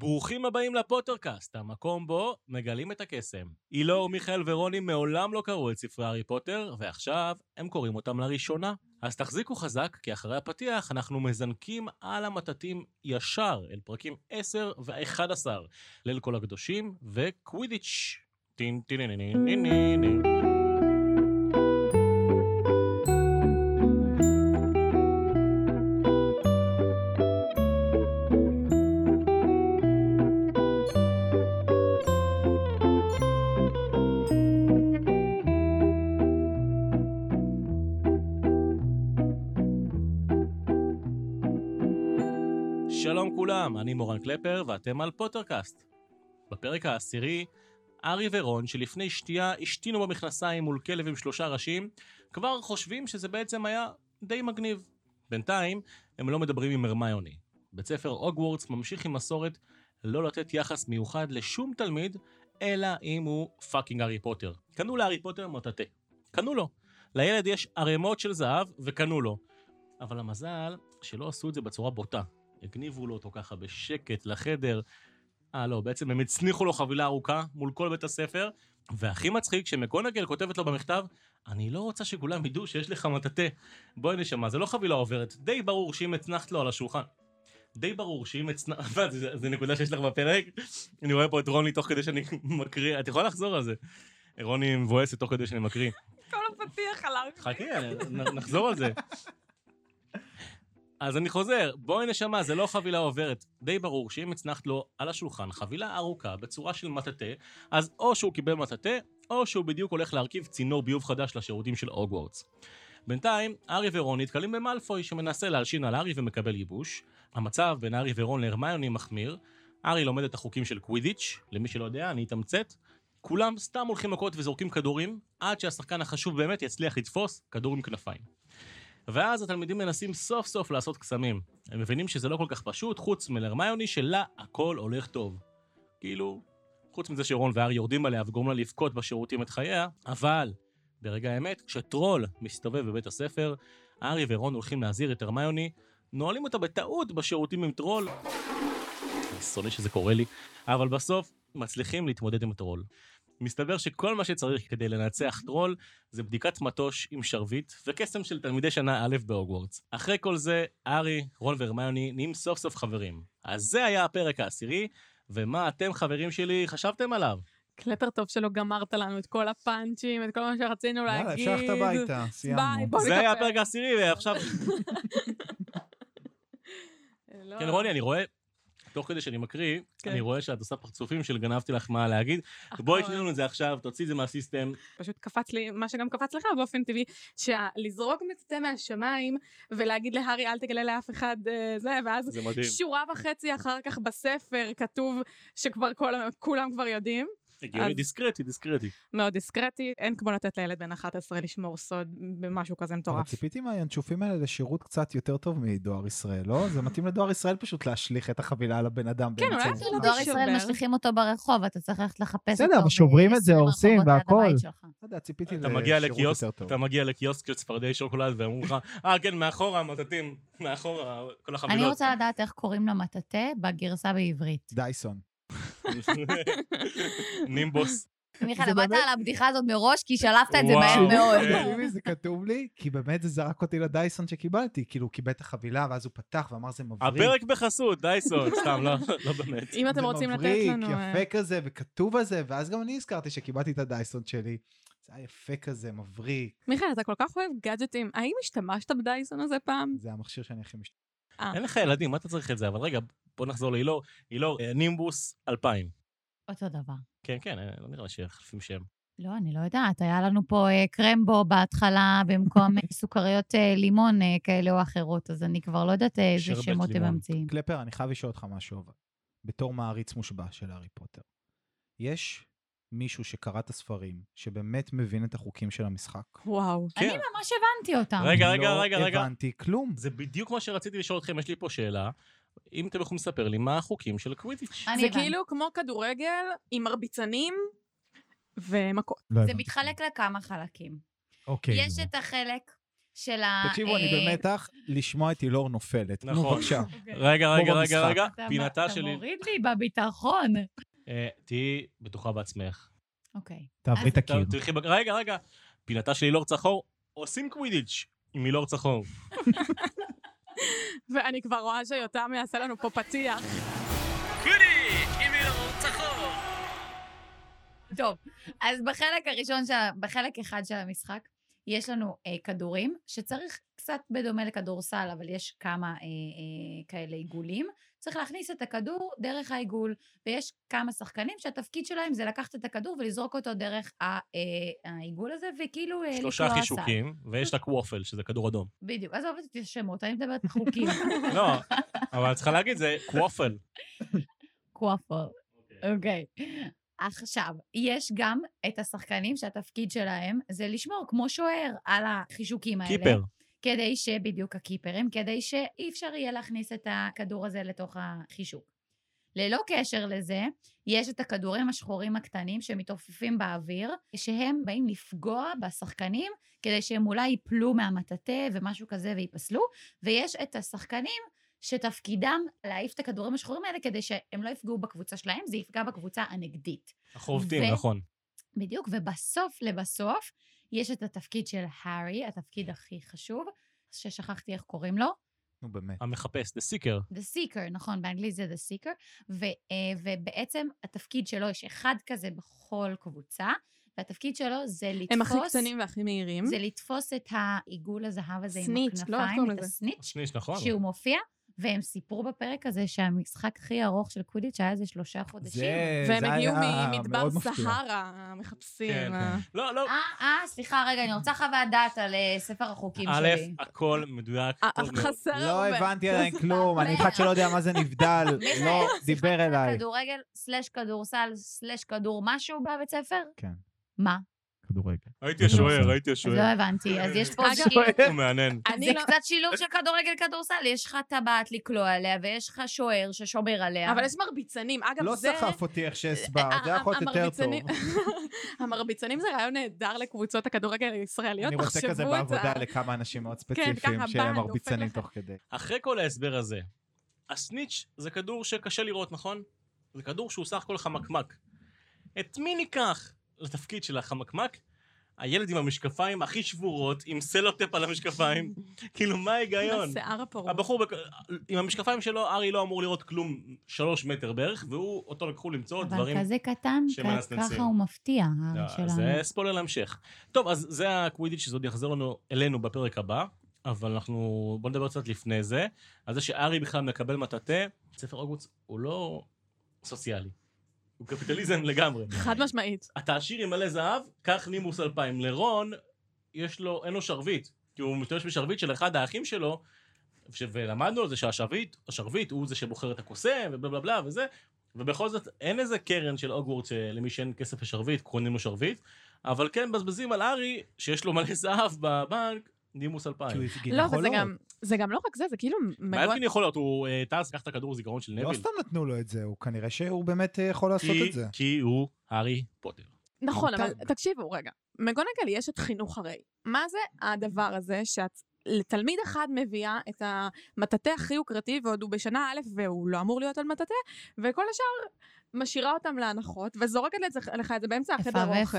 ברוכים הבאים לפוטרקאסט, המקום בו מגלים את הקסם. אילור, מיכאל ורוני מעולם לא קראו את ספרי הארי פוטר, ועכשיו הם קוראים אותם לראשונה. אז תחזיקו חזק, כי אחרי הפתיח אנחנו מזנקים על המטטים ישר אל פרקים 10 ו-11, ליל כל הקדושים וקווידיץ'. טין טין טין טין טין טין. שלום כולם, אני מורן קלפר ואתם על פוטרקאסט. בפרק העשירי, ארי ורון שלפני שתייה השתינו במכנסיים מול כלב עם 3 ראשים, כבר חושבים שזה בעצם היה די מגניב. בינתיים הם לא מדברים עם הרמיוני. בית ספר הוגוורטס ממשיך עם מסורת לא לתת יחס מיוחד לשום תלמיד, אלא אם הוא פאקינג הארי פוטר. קנו להארי פוטר מטאטה. קנו לו. לילד יש ערימות של זהב וקנו לו. אבל המזל שלא עשו את זה בצורה בוטה. הגניבו לו אותו ככה בשקט לחדר. לא, בעצם הם הצניחו לו חבילה ארוכה מול כל בית הספר, והכי מצחיק שמקונגל כותבת לו במכתב, אני לא רוצה שכולם ידעו שיש לך מטאטה. בואי נשמע, זה לא חבילה עוברת, די ברור שאם הצנחת לו על השולחן. די ברור שאם הצנחת, זה נקודה שיש לך בפרק, אני רואה פה את רוני תוך כדי שאני מקריא, את יכולה לחזור על זה. רוני מבואסת תוך כדי שאני מקריא. כל הפתיח עליו. חכי, נחזור על זה. אז אני חוזר, בואי נשמע, זה לא חבילה עוברת. די ברור שאם הצנחת לו על השולחן חבילה ארוכה בצורה של מטאטה, אז או שהוא קיבל מטאטה, או שהוא בדיוק הולך להרכיב צינור ביוב חדש לשירותים של הוגוורטס. בינתיים, ארי ורון נתקלים במאלפוי שמנסה להלשין על ארי ומקבל ייבוש. המצב בין ארי ורון להרמיוני מחמיר. ארי לומד את החוקים של קווידיץ', למי שלא יודע, אני אתמצת. כולם סתם הולכים מכות וזורקים כדורים, עד שהשחקן החשוב באמת יצליח לתפוס כדור עם כנפיים. ואז התלמידים מנסים סוף סוף לעשות קסמים. הם מבינים שזה לא כל כך פשוט, חוץ מלהרמיוני שלה הכל הולך טוב. כאילו, חוץ מזה שרון והארי יורדים עליה וגורם לה לבכות בשירותים את חייה, אבל ברגע האמת, כשטרול מסתובב בבית הספר, הארי ורון הולכים להזהיר את הרמיוני, נועלים אותה בטעות בשירותים עם טרול. אני שונא שזה קורה לי, אבל בסוף מצליחים להתמודד עם טרול. מסתבר שכל מה שצריך כדי לנצח טרול זה בדיקת מטוש עם שרביט וקסם של תלמידי שנה א' בהוגוורטס. אחרי כל זה, ארי, רון והרמיוני נהיים סוף סוף חברים. אז זה היה הפרק העשירי, ומה אתם חברים שלי חשבתם עליו? קלפר, טוב שלא גמרת לנו את כל הפאנצ'ים, את כל מה שרצינו להגיד. יאללה, אפשר ללכת הביתה, סיימנו. ביי, בוא זה היה הפרק העשירי, ועכשיו... כן, רוני, אני רואה... תוך כדי שאני מקריא, אני רואה שאת עושה פרצופים של גנבתי לך מה להגיד. בואי תשאיר לנו את זה עכשיו, תוציא את זה מהסיסטם. פשוט קפץ לי, מה שגם קפץ לך באופן טבעי, שלזרוק מטאטה מהשמיים, ולהגיד להארי אל תגלה לאף אחד זה, ואז שורה וחצי אחר כך בספר כתוב שכבר כולם כבר יודעים. הגיוני, דיסקרטי. מאוד דיסקרטי, אין כמו לתת לילד בן 11 לשמור סוד במשהו כזה מטורף. ציפיתי מהינשופים האלה לשירות קצת יותר טוב מדואר ישראל, לא? זה מתאים לדואר ישראל פשוט להשליך את החבילה על הבן אדם. כן, אולי אפילו דואר ישראל משליכים אותו ברחוב, אתה צריך ללכת לחפש אותו. בסדר, שוברים את זה, הורסים והכל. ציפיתי לשירות יותר טוב. אתה מגיע לקיוסק של צפרדעי שוקולד ואמרו לך, כן, מאחורה, מטאטים, מאחורה, כל החבילות. אני רוצה לדעת איך קוראים למטאטה בגרסה בעברית. דייסון. נימבוס. מיכאל, באת על הבדיחה הזאת מראש, כי שלפת את זה מהר מאוד. זה כתוב לי, כי באמת זה זרק אותי לדייסון שקיבלתי, כאילו הוא קיבל את החבילה, ואז הוא פתח ואמר זה מבריק. הפרק בחסות, דייסון, סתם, לא באמת. אם אתם רוצים לתת לנו... זה מבריק, יפה כזה, וכתוב על זה, ואז גם אני הזכרתי שקיבלתי את הדייסון שלי. זה היה יפה כזה, מבריק. מיכאל, אתה כל כך אוהב גאדג'טים. האם השתמשת בדייסון הזה פעם? זה המכשיר שאני הכי משתמש. אין לך ילדים, מה אתה צריך את זה? אבל רגע, בוא נחזור לאילור. אילור, נימבוס 2000. אותו דבר. כן, לא נראה שיחלפים שם. לא, אני לא יודעת. היה לנו פה קרמבו בהתחלה במקום סוכריות לימון כאלה או אחרות, אז אני כבר לא יודעת איזה שמות הם ממציאים. קלפר, אני חייב לשאול אותך משהו, בתור מעריץ מושבע של הארי פוטר. יש מישהו שקרא את הספרים, שבאמת מבין את החוקים של המשחק? וואו. אני ממש הבנתי אותם. רגע. לא הבנתי כלום. זה בדיוק מה שרציתי לשאול אתכם, יש לי פה שאלה. אם אתם יכולים לספר לי מה החוקים של קווידיץ'. זה כאילו כמו כדורגל עם מרביצנים ומכות. זה מתחלק לכמה חלקים. אוקיי. יש את החלק של תקשיבו, אני במתח לשמוע את אילור נופלת. נו, נכון. בבקשה. רגע, אתה פינתה שלי. מוריד לי בביטחון. תהיי בטוחה בעצמך. אוקיי. תעברי את הקיר. רגע, פינתה של אילור צחור, עושים קווידיץ' עם אילור צחור. ואני כבר רואה שיותם יעשה לנו פה פתיח. קווידיץ' עם אילור צחור. טוב, אז בחלק אחד של המשחק, יש לנו כדורים, שצריך קצת בדומה לכדורסל, אבל יש כמה כאלה עיגולים. צריך להכניס את הכדור דרך העיגול, ויש כמה שחקנים שהתפקיד שלהם זה לקחת את הכדור ולזרוק אותו דרך העיגול הזה, וכאילו לקלוע סל. 3 חישוקים, ויש את הקוופל, שזה כדור אדום. בדיוק, אז עובדת את השמות, אני מדברת חוקים. לא, אבל אני צריכה להגיד, זה קוופל. קוופל, אוקיי. עכשיו, יש גם את השחקנים שהתפקיד שלהם זה לשמור כמו שוער על החישוקים האלה. קיפר. כדי שבדיוק הקיפרים, כדי שאי אפשר יהיה להכניס את הכדור הזה לתוך החישוק. ללא קשר לזה, יש את הכדורים השחורים הקטנים שמתעופפים באוויר, שהם באים לפגוע בשחקנים, כדי שהם אולי ייפלו מהמטאטה ומשהו כזה ויפסלו, ויש את השחקנים שתפקידם להעיף את הכדורים השחורים האלה, כדי שהם לא יפגעו בקבוצה שלהם, זה יפגע בקבוצה הנגדית. החובטים, נכון. בדיוק, ובסוף לבסוף, יש את התפקיד של הארי, התפקיד הכי חשוב, ששכחתי איך קוראים לו. נו, באמת. המחפש, The Seeker. The Seeker, נכון, באנגלית זה The Seeker, ובעצם התפקיד שלו, יש אחד כזה בכל קבוצה, והתפקיד שלו זה לתפוס... הם הכי קטנים והכי מהירים. זה לתפוס את העיגול הזהב הזה עם סניץ', לא הכנפיים, את את הסניץ', סניץ', נכון. שהוא מופיע, והם סיפרו בפרק הזה שהמשחק הכי ארוך של קווידיץ' היה איזה 3 חודשים. והם הגיעו ממדבר סהרה, המחפשים. כן. לא, לא. סליחה, רגע, אני רוצה חוות דעת על ספר החוקים א', שלי. הכל מדויק. חסר לא הרבה. הבנתי עדיין כלום, אני אחד שלא יודע מה זה נבדל, לא דיבר אליי. כדורגל, כדורסל, כדור משהו בבית ספר? כן. מה? כדורגל. הייתי השוער. אז לא הבנתי, אז יש פה הוא מעניין. זה קצת שילוב של כדורגל כדורסל, יש לך טבעת לקלוע עליה, ויש לך שוער ששומר עליה. אבל יש מרביצנים, אגב לא זה... סחף אותי איך שהסברת, זה יכול להיות יותר טוב. המרביצנים זה רעיון נהדר לקבוצות הכדורגל הישראליות, אני רוצה כזה בעבודה לכמה אנשים מאוד ספציפיים שהם מרביצנים תוך כדי. אחרי כל ההסבר הזה, הסניץ' זה כדור שקשה לראות, נכון? זה כדור שהוא סך הכל חמקמק. את מי ניקח לתפקיד של החמקמק? הילד עם המשקפיים הכי שבורות, עם סלוטפ על המשקפיים. כאילו, מה ההיגיון? השיער הפרוע. הבחור עם המשקפיים שלו, ארי לא אמור לראות כלום 3 מטר בערך, והוא אותו לקחו למצוא דברים אבל כזה קטן, ככה הוא מפתיע, הארי שלנו. זה ספוילר להמשך. טוב, אז זה הקווידיץ' שזה עוד יחזר אלינו בפרק הבא, אבל בוא נדבר קצת לפני זה. אז זה שארי בכלל מקבל מטאטה, ספר הוגוורטס הוא לא סוציאלי. הוא קפיטליזם לגמרי. חד משמעית. אתה עשיר עם מלא זהב, קח נימוס 2000. לרון, אין לו שרביט, כי הוא משתמש בשרביט של אחד האחים שלו, ולמדנו על זה שהשרביט הוא זה שבוחר את הקוסם, ובלה בלה וזה, ובכל זאת אין איזה קרן של הוגוורטס שלמי שאין כסף לשרביט, קוראים לו שרביט, אבל כן בזבזים על ארי, שיש לו מלא זהב בבנק, נימוס 2000. לא, זה גם לא רק זה כאילו... מה אלקין יכול להיות? הוא טס, קח את הכדור זיכרון של נביל. לא סתם נתנו לו את זה, הוא כנראה שהוא באמת יכול לעשות את זה. כי הוא הארי פוטר. נכון, אבל תקשיבו רגע, מגונגל יש את חינוך הרי. מה זה הדבר הזה שאת לתלמיד אחד מביאה את המטאטה הכי יוקרתי, ועוד הוא בשנה א' והוא לא אמור להיות על מטאטה, וכל השאר משאירה אותם להנחות, וזורקת לך את זה באמצע החדר אוכל.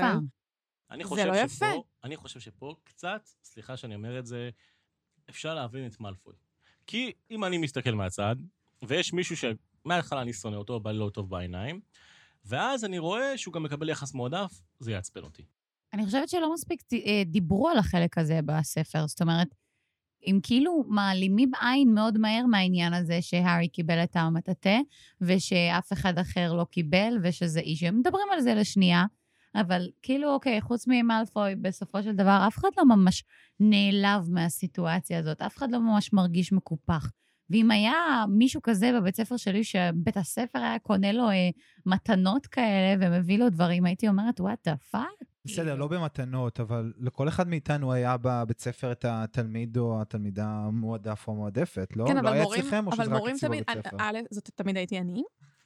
זה לא יפה. אני חושב שפה קצת, סליחה שאני אומר את זה, אפשר להבין את מאלפוי. כי אם אני מסתכל מהצד, ויש מישהו שמההתחלה אני שונא אותו, בא לו טוב בעיניים, ואז אני רואה שהוא גם מקבל יחס מועדף, זה יעצבן אותי. אני חושבת שלא מספיק דיברו על החלק הזה בספר, זאת אומרת, אם כאילו מעלימים עין מאוד מהר מהעניין הזה שהארי קיבל את המטאטה, ושאף אחד אחר לא קיבל, ושזה איש, הם מדברים על זה לשנייה, אבל כאילו, אוקיי, חוץ ממאלפוי, בסופו של דבר, אף אחד לא ממש נעלב מהסיטואציה הזאת, אף אחד לא ממש מרגיש מקופח. ואם היה מישהו כזה בבית ספר שלי, שבית הספר היה קונה לו מתנות כאלה, ומביא לו דברים, הייתי אומרת, what the fuck? בסדר, לא במתנות, אבל לכל אחד מאיתנו היה בבית ספר את התלמיד או התלמידה המועדף או מועדפת, לא? כן, לא היה אצלכם או שזה רק אצלי בבית ספר? זאת תמיד הייתי אני.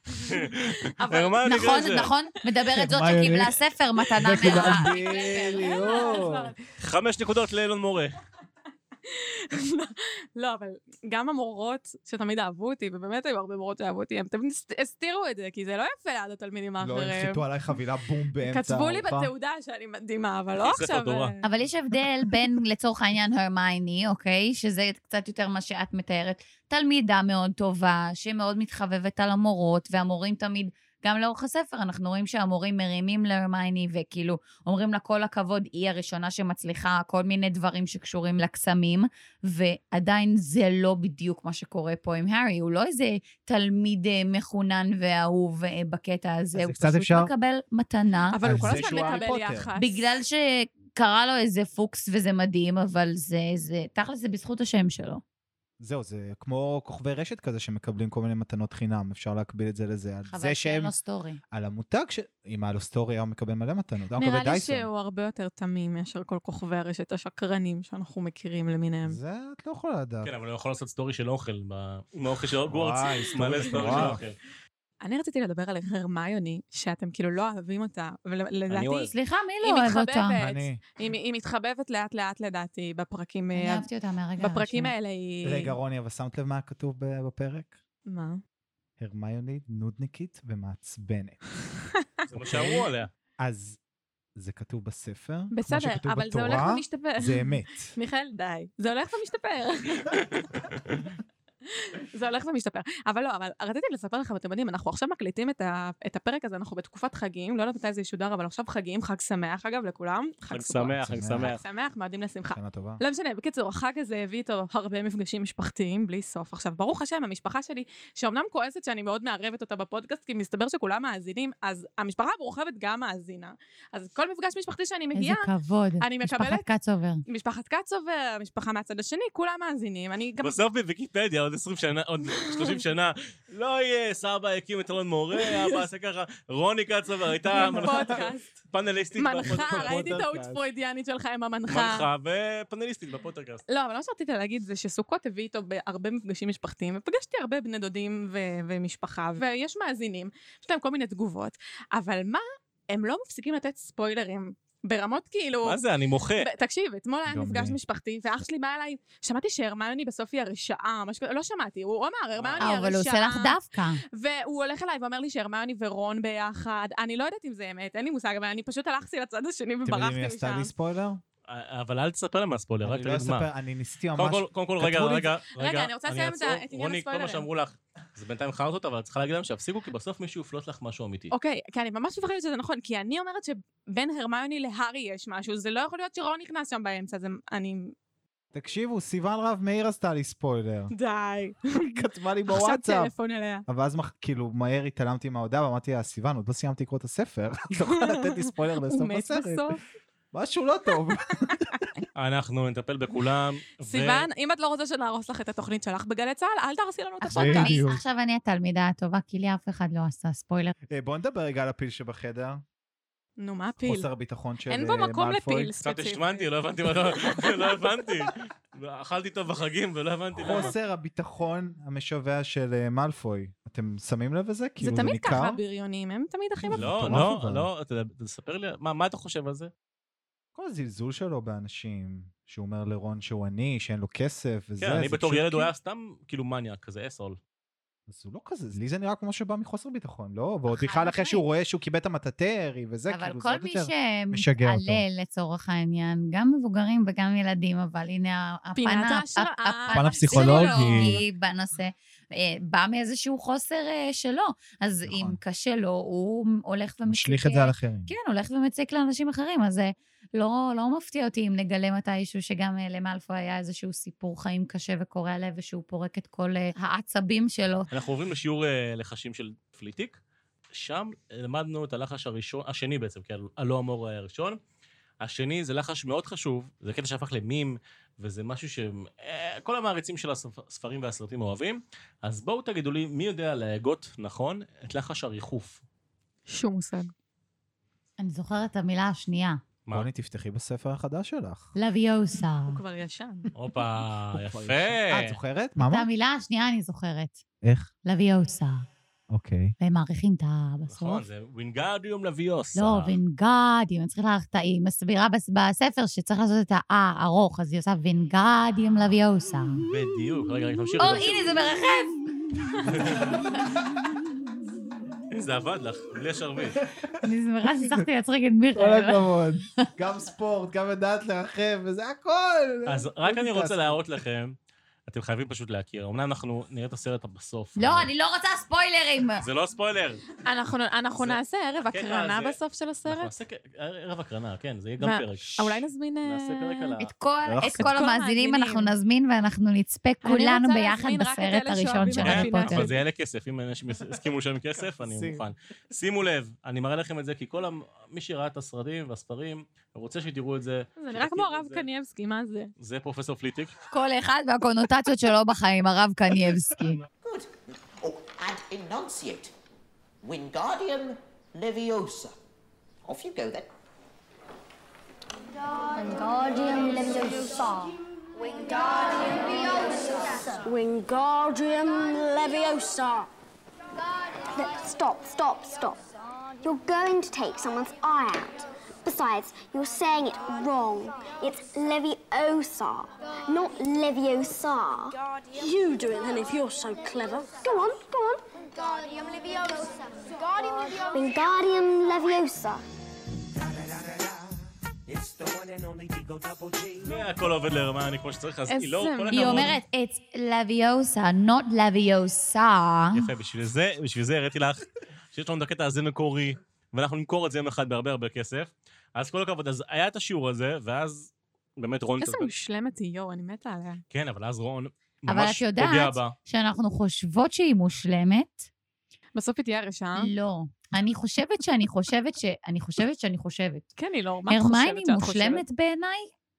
נכון, מדברת זאת שקיבלה ספר מתנה 5 נקודות לאילון מורה. לא, אבל גם המורות שתמיד אהבו אותי, ובאמת היו הרבה מורות שאהבו אותי, הם תמיד הסתירו את זה, כי זה לא יפה ליד התלמידים לא האחרים. הנחיתו עליי חבילה בום באמצע. כתבו לי בתעודה שאני מדהימה, אבל לא עכשיו... אבל יש הבדל בין, לצורך העניין, הרמייני, אוקיי? שזה קצת יותר מה שאת מתארת. תלמידה מאוד טובה, שמאוד מתחבבת על המורות, והמורים תמיד, גם לאורך הספר, אנחנו רואים שהמורים מרימים להרמייני, וכאילו אומרים לה כל הכבוד, היא הראשונה שמצליחה כל מיני דברים שקשורים לקסמים, ועדיין זה לא בדיוק מה שקורה פה עם הארי, הוא לא איזה תלמיד מחונן ואהוב בקטע הזה, הוא פשוט אפשר... מקבל מתנה. אבל הוא כל הזמן מקבל יחס. בגלל שקרה לו איזה פוקס וזה מדהים, אבל זה תכל'ס זה בזכות השם שלו. זהו, זה כמו כוכבי רשת כזה שמקבלים כל מיני מתנות חינם, אפשר להקביל את זה לזה. חבל שאין לו סטורי. על המותג, אם היה לו סטורי, הוא מקבל מלא מתנות. נראה לי שהוא הרבה יותר תמים מאשר כל כוכבי הרשת השקרנים שאנחנו מכירים למיניהם. זה את לא יכולה לדעת. כן, אבל הוא יכול לעשות סטורי של אוכל, עם האוכל של הוגוורטס, מלא סטורי של אוכל. אני רציתי לדבר על הרמיוני, שאתם כאילו לא אוהבים אותה, ולדעתי... סליחה, מי לא אוהב אותה? היא מתחבבת לאט לאט לדעתי בפרקים... אני אהבתי אותה מהרגע הראשון. בפרקים האלה היא... רגע, רוני, אבל שמת לב מה כתוב בפרק? מה? הרמיוני נודניקית ומעצבנת. זה מה שאמרו עליה. אז זה כתוב בספר, בסדר, אבל זה הולך ומשתפר. זה אמת. מיכאל, די. זה הולך ומשתפר. זה הולך ומשתפר. אבל לא, אבל רציתי לספר לכם, אתם יודעים, אנחנו עכשיו מקליטים את הפרק הזה, אנחנו בתקופת חגים, לא יודעת מתי זה ישודר, אבל עכשיו חגים, חג שמח אגב לכולם. חג שמח, חג שמח. חג שמח, מועדים לשמחה. שנה טובה. לא משנה, בקיצור, החג הזה הביא איתו הרבה מפגשים משפחתיים, בלי סוף. עכשיו, ברוך השם, המשפחה שלי, שאומנם כועסת שאני מאוד מערבת אותה בפודקאסט, כי מסתבר שכולם מאזינים, אז המשפחה המורחבת גם מאזינה. אז כל מפגש משפחתי שאני מגיעה, איזה כבוד. אני מקבלת... משפחת קצובר. משפחת קצובר, משפחה מהצד השני, כולם מאזינים. אני גם... בסוף בוויקיפדיה, עוד 20 שנה, עוד 30 שנה, לא יהיה, סבא הקים את אלון מורה, אבא עשה ככה, רוני קצובר הייתה פאנליסטית מנחה, ראיתי טעות פרוידיאנית שלך עם המנחה. מנחה ופאנליסטית בפודקאסט. לא, אבל מה שרציתי להגיד זה שסוכות הביא איתו בהרבה מפגשים משפחתיים, ופגשתי הרבה בני דודים ומשפחה, ויש מאזינים, יש להם כל מיני תגובות, אבל מה, הם לא מפסיקים לתת ספוילרים. ברמות כאילו... מה זה? אני מוחה. תקשיב, אתמול היה מפגש משפחתי, ואח שלי בא אליי, שמעתי שהרמיוני בסוף היא הרשעה, לא שמעתי, הוא אמר, הרמיוני היא הרשעה. אבל הוא עושה לך דווקא. והוא הולך אליי ואומר לי שהרמיוני ורון ביחד, אני לא יודעת אם זה אמת, אין לי מושג, אבל אני פשוט הלכתי לצד השני וברחתי משם. אתם יודעים מי עשתה לי ספוילר? אבל אל תספר להם הספוילר, רק תגיד מה. אני ניסיתי ממש... קודם כל, רגע, אני רוצה לסיים את עניין הספוילרים. כל מה שאמרו לך, זה בינתיים חרט אותה, אבל את צריכה להגיד להם שהפסיקו, כי בסוף מישהו יפלוט לך משהו אמיתי. אוקיי, כי אני ממש מפחדת שזה נכון, כי אני אומרת שבין הרמיוני להארי יש משהו, זה לא יכול להיות שרון נכנס שם באמצע, זה אני... תקשיבו, סיוון רב מאיר עשתה לי ספוילר. די. כתבה לי בוואטסאפ. עכשיו טלפון אליה. אבל אז כאילו מהר התעלמתי מההודעה, ואמרתי לה, סיוון, עוד לא סיימתי לקרוא את הספר. את לא יכולה לתת לי ספוילר בסוף הסרט. הוא מת בסוף. משהו לא טוב. אנחנו נטפל בכולם. סיוון, אם את לא רוצה שנהרוס לך את התוכנית שלך בגלי צהל, אל תהרסי לנו את הפודקאסט. עכשיו אני התלמידה הטובה, כי לי אף אחד לא עשה ספוילר. בוא נדבר רגע על הפיל שבחדר. נו, מה הפיל? חוסר הביטחון של אין בו מקום לפיל קצת ספציפי. השתמנתי, לא הבנתי מה לא הבנתי. אכלתי טוב בחגים ולא הבנתי למה. חוסר הביטחון המשווע של מאלפוי. אתם שמים לב לזה? זה תמיד ככה בריונים, הם תמיד הכי מפתחים. לא, תספר לי, מה אתה חושב על זה? כל הזלזול שלו באנשים, שהוא אומר לרון שהוא עני, שאין לו כסף וזה. כן, אני בתור ילד הוא היה סתם כאילו מניאק, כזה אסול. אז הוא לא כזה, לי זה נראה כמו שבא מחוסר ביטחון, לא? ועוד בכלל אחרי שהוא רואה שהוא קיבל את המטטרי וזה, כאילו זה אבל כל מי שמתעלה לצורך העניין, גם מבוגרים וגם ילדים, אבל הנה הפן הפסיכולוגי בנושא, בא מאיזשהו חוסר שלו, אז אם קשה לו, הוא הולך ומציק... משליך את זה על אחרים. כן, הולך ומציק לאנשים אחרים, אז לא מפתיע אותי אם נגלה מתישהו שגם למאלפוי היה איזשהו סיפור חיים קשה וקורע לב, ושהוא פורק את כל העצבים שלו. אנחנו עוברים לשיעור לחשים של פליטיק, שם למדנו את הלחש השני בעצם, כי הלא אמור הראשון. השני זה לחש מאוד חשוב, זה קטע שהפך למים, וזה משהו שכל המעריצים של הספרים והסרטים אוהבים. אז בואו תגידו לי, מי יודע להגות נכון את לחש הריחוף? שום מושג. אני זוכרת את המילה השנייה. בואי תפתחי בספר החדש שלך. לוויוסה. הוא כבר ישן. הופה, יפה. את זוכרת? את המילה השנייה אני זוכרת. איך? לוויוסה. אוקיי. והם מעריכים את בסוף. נכון, זה וינגרדיום לוויוסה. לא, וינגרדיום, צריך להערכת, היא מסבירה בספר שצריך לעשות את הארוך, אז היא עושה וינגרדיום לוויוסה. בדיוק, רגע, נמשיך. או, הנה, זה מרחב! זה עבד לך, בלי השרביט. אני שמחה שצריכתי להצחיק את מיכאל. כל הכבוד. גם ספורט, גם לדעת לרחב, וזה הכל. אז רק אני רוצה להראות לכם, אתם חייבים פשוט להכיר. אמנם אנחנו נראה את הסרט בסוף. לא, אני לא רוצה ספוילרים. זה לא ספוילר. אנחנו נעשה ערב הקרנה זה- בסוף של אנחנו הסרט? נעשה ערב הקרנה, כן, זה יהיה גם פרק. אולי נזמין... נעשה פרק על את כל כל המאזינים אנחנו המאזינים. נזמין ואנחנו נצפה אני כולנו רוצה ביחד להזמין רק את בסרט אלה הראשון שאוהבים של את הארי הפינה. פוטר. אבל זה יעלה כסף, אם אנשים הסכימו לשלם כסף, אני שים. מוכן. שימו לב, אני מראה לכם את זה, כי מי שראה את הסרטים והספרים, רוצה שתראו את זה. זה נראה כמו הרב קניאבסקי, מה זה? זה פרופסור פליטיק. כל אחד והקונוטציות שלו בחיים, הרב קניאבסקי. Good. Oh, and enunciate. Wingardium Leviosa. Off you go then. Wingardium Leviosa. Wingardium Leviosa. Stop. You're going to take someone's eye out. Besides, you're saying it wrong. It's Leviosa, not Leviosa. You do it then if you're so clever. Go on. Wingardium Leviosa. Wingardium Leviosa. הכל עובד להרמיוני כמו שצריך, אז היא לא... איזה- כל היא הכבוד. אומרת, it's Leviosa, not Leviosa. יפה, בשביל זה הראיתי לך שיש לנו את הקטע הזה מקורי, ואנחנו נמכור את זה יום אחד בהרבה כסף. אז כל הכבוד, אז היה את השיעור הזה, ואז באמת רון... איזה מושלמת היא, יו, אני מתה עליה. כן, אבל אז רון אבל ממש את פוגע יודעת בה. שאנחנו חושבות שהיא מושלמת? בסוף היא תהיה רשעה. לא. אני חושבת שאני חושבת. כן, היא לא, מה את חושבת הרמיוני שאת חושבת? מושלמת בעיניי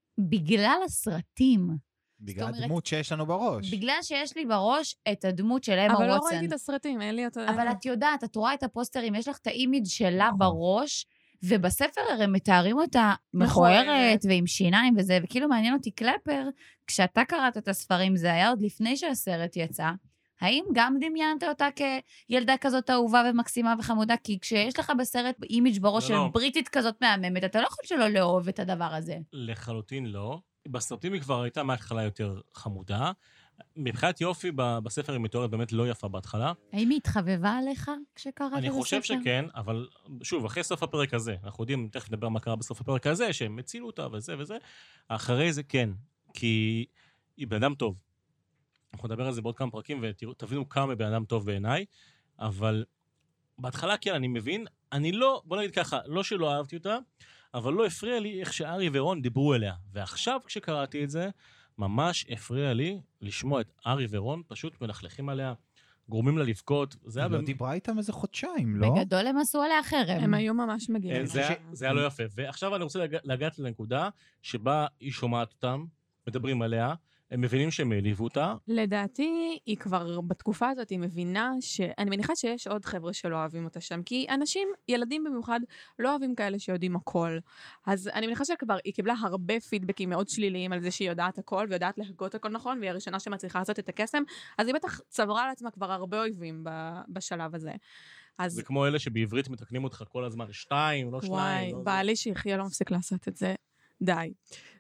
בגלל הסרטים. בגלל זאת אומרת- הדמות שיש לנו בראש. בגלל שיש לי בראש את הדמות של אמה אבל לא ווטסון. ראיתי את הסרטים, אין לי אותו... אבל את יודעת, את רואה את הפוסטרים, יש לך את האימיג' שלה בראש, ובספר הרי מתארים אותה מכוערת ועם שיניים וזה, וכאילו מעניין אותי קלפר, כשאתה קראת את הספרים, זה היה עוד לפני שהסרט יצא, האם גם דמיינת אותה כילדה כזאת אהובה ומקסימה וחמודה? כי כשיש לך בסרט אימיג' בראש של לא. בריטית כזאת מהממת, אתה לא יכול שלא לאהוב את הדבר הזה. לחלוטין לא. בסרטים היא כבר הייתה מההתחלה יותר חמודה. מבחינת יופי, בספר היא מתוארת באמת לא יפה בהתחלה. האם היא התחבבה עליך כשקראת את הספר? אני חושב שכן, אבל שוב, אחרי סוף הפרק הזה, אנחנו יודעים, תכף נדבר מה קרה בסוף הפרק הזה, שהם הצילו אותה וזה וזה, אחרי זה כן, כי היא בן אדם טוב. אנחנו נדבר על זה בעוד כמה פרקים, ותבינו כמה בן אדם טוב בעיניי, אבל בהתחלה כן, אני מבין, אני לא, בוא נגיד ככה, לא שלא אהבתי אותה, אבל לא הפריע לי איך שארי ורון דיברו אליה. ועכשיו כשקראתי את זה, ממש הפריע לי לשמוע את ארי ורון פשוט מלכלכים עליה, גורמים לה לבכות. זה היא היה לא דיברה איתם איזה חודשיים, לא? בגדול הם עשו עליה חרם. הם היו ממש מגיעים. זה היה לא יפה. ועכשיו אני רוצה לגעת לנקודה שבה היא שומעת אותם, מדברים עליה, הם מבינים שהם העליבו אותה. לדעתי, היא כבר בתקופה הזאת, היא מבינה אני מניחה שיש עוד חבר'ה שלא אוהבים אותה שם, כי אנשים, ילדים במיוחד, לא אוהבים כאלה שיודעים הכל. אז אני מניחה שכבר היא קיבלה הרבה פידבקים מאוד שליליים על זה שהיא יודעת הכל, ויודעת להגות הכל נכון, והיא הראשונה שמצליחה לעשות את הקסם, אז היא בטח צברה לעצמה כבר הרבה אויבים בשלב הזה. אז זה כמו אלה שבעברית מתקנים אותך כל הזמן, 2, לא 2. וואי, בעלי שיחיה לא מפסיק לעשות את זה. די.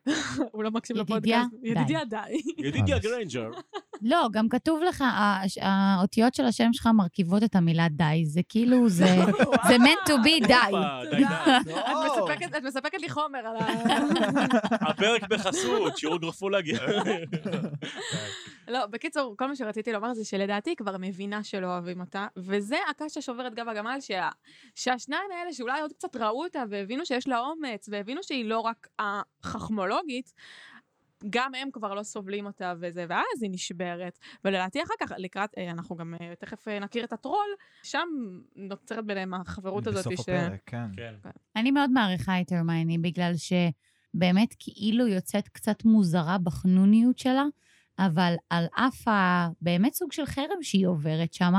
הוא לא מקשיב ידידיה, לפודקאסט. ידידיה, די. ידידיה גריינג'ר. לא, גם כתוב לך, האותיות של השם שלך מרכיבות את המילה די. זה כאילו, זה meant to be די. די. את מספקת לי חומר על הפרק בחסות, שיעור גרפולוגיה. לא, בקיצור, כל מה שרציתי לומר זה שלדעתי כבר מבינה שלא אוהבים אותה, וזה הקש ששוברת גב הגמל, שהשניים האלה שאולי עוד קצת ראו אותה, והבינו שיש לה אומץ, והבינו שהיא לא רק החכמולוגית, גם הם כבר לא סובלים אותה וזה, ואז היא נשברת. ולדעתי אחר כך, לקראת, אנחנו גם תכף נכיר את הטרול, שם נוצרת ביניהם החברות הזאת. בסוף הפרק, כן. כן. אני מאוד מעריכה את הרמיוני, בגלל שבאמת כאילו יוצאת קצת מוזרה בחנוניות שלה, אבל על אף באמת סוג של חרם שהיא עוברת שמה,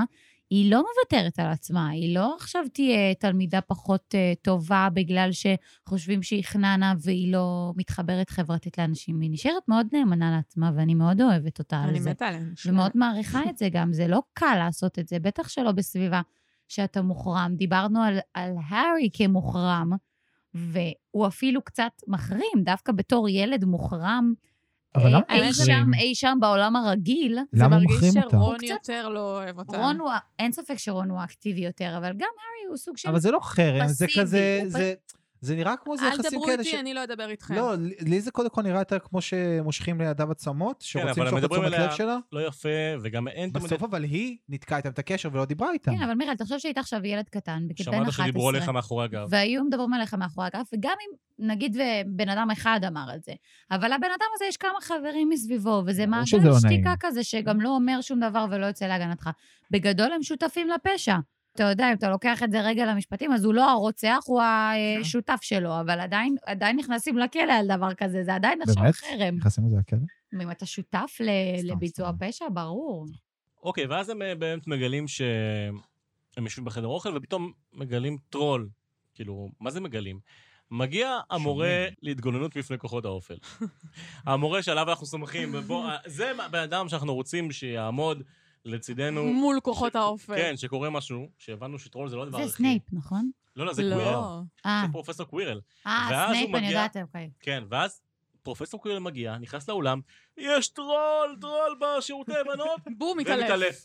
היא לא מוותרת על עצמה, היא לא עכשיו תהיה תלמידה פחות טובה בגלל שחושבים שהיא חננה והיא לא מתחברת חברתית לאנשים. היא נשארת מאוד נאמנה לעצמה, ואני מאוד אוהבת אותה על זה. אני מתה עליהם. ומאוד מעריכה את זה גם, זה לא קל לעשות את זה, בטח שלא בסביבה שאתה מוחרם. דיברנו על הארי כמוחרם, והוא אפילו קצת מחרים, דווקא בתור ילד מוחרם, אבל למה מחרים? אי שם בעולם הרגיל. זה למה מרגיש מוכרים אותה? שרון יותר לא אוהב אותה. רון הוא, אין ספק שרון הוא אקטיבי יותר, אבל גם הארי הוא סוג של... אבל זה לא חרם, זה פסיבי, כזה, הוא זה נראה כמו זה אל יחסים תדברו כאלה איתי, אני לא אדבר איתכם. לא, לי זה קודם כל נראה יותר כמו שמושכים לידיו עצמות, שרוצים אבל הם למשוך את מדברים תשומת עליה לב שלה. לא יפה, וגם אין... בסוף אבל היא ניתקה איתם את הקשר ולא דיברה איתם. כן, אבל מיכאל, תחשוב שהיית עכשיו ילד קטן, בן 11. שמעת שדיברו עליך מאחורי הגב. והיו מדברים עליך מאחורי הגב, וגם אם, נגיד, בן אדם אחד אמר את זה, אבל לבן אדם הזה יש כמה חברים מסביבו, וזה ברור מעגל שזה לא שתיקה נעים. כזה, שגם לא אומר שום דבר ולא יוצא להגנתך. בגדול הם שותפים לפשע. אתה יודע, אם אתה לוקח את זה רגע למשפטים, אז הוא לא הרוצח, הוא השותף שלו, אבל עדיין נכנסים לכלא על דבר כזה, זה עדיין נחשב באמת? חרם. נכנסים לזה הכלא? אם אתה שותף לביצוע פשע, ברור. אוקיי, ואז הם באמת מגלים שהם יושבים בחדר אוכל, ופתאום מגלים טרול. כאילו, מה זה מגלים? מגיע המורה להתגוננות בפני כוחות האופל. המורה שעליו אנחנו סומכים, זה בן אדם שאנחנו רוצים שיעמוד לצידנו. מול כוחות האופל. כן, שקורה משהו, שהבנו שטרול זה לא הדבר הכי... זה סנייפ, נכון? לא, זה קווירל. לא. זה פרופסור קווירל. סנייפ, אני יודעת, אוקיי. כן, ואז פרופסור קווירל מגיע, נכנס לאולם, יש טרול בשירותי בנות, בום, מתעלף.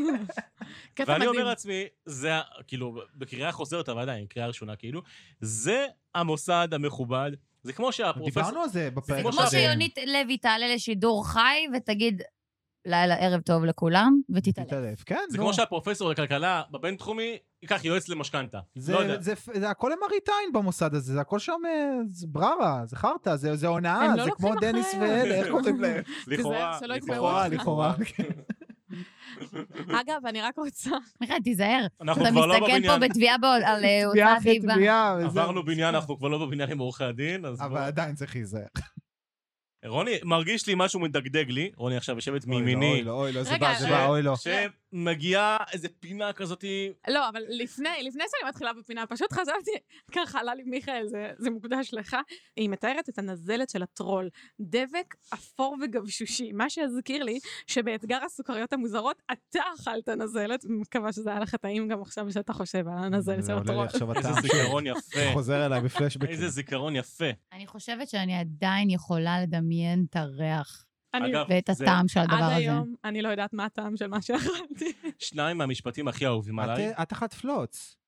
ואני אומר לעצמי, זה, כאילו, בקריאה חוזרת, אבל עדיין, קריאה ראשונה, כאילו, זה המוסד המכובד, זה כמו שהפרופסור... דיברנו על זה בפרק. זה כמו שיונית לוי תעלה לשידור חי ותגיד, לילה ערב טוב לכולם, ותתעלף. כן, זה כמו שהפרופסור לכלכלה בבינתחומי ייקח יועץ למשכנתה. זה הכל למראית עין במוסד הזה, זה הכל שם, זה בררה, זה חרטה, זה הונאה, זה כמו דניס ואלה, איך קוראים להם? לכאורה. אגב, אני רק רוצה... מיכאל, תיזהר. אנחנו אתה כבר לא מסתכל בבניין. פה בתביעה על הוצאת דיבה. עברנו בניין, אנחנו כבר לא בבניין עם עורכי הדין. אבל עדיין צריך להיזהר. רוני, מרגיש לי משהו מדגדג לי, רוני עכשיו יושבת מימיני. אוי לא, זה בא, אוי לא. שמגיעה איזה פינה כזאת... לא, אבל לפני שאני מתחילה בפינה, פשוט חשבתי, ככה עלה לי מיכאל, זה מוקדש לך. היא מתארת את הנזלת של הטרול, דבק, אפור וגבשושי, מה שהזכיר לי שבאתגר הסוכריות המוזרות, אתה אכלת נזלת, מקווה שזה היה לך טעים גם עכשיו שאתה חושב על הנזלת של הטרול. איזה זיכרון יפה. חוזר אליי בפלשבק. איזה זיכרון יפה. אני חושבת שאני עדיין יכולה לדמיין את הריח. אגב, ואת הטעם של הדבר הזה. עד היום, אני לא יודעת מה הטעם של מה שאכלתי. שניים מהמשפטים הכי אהובים עליי. את אכלת פלוץ.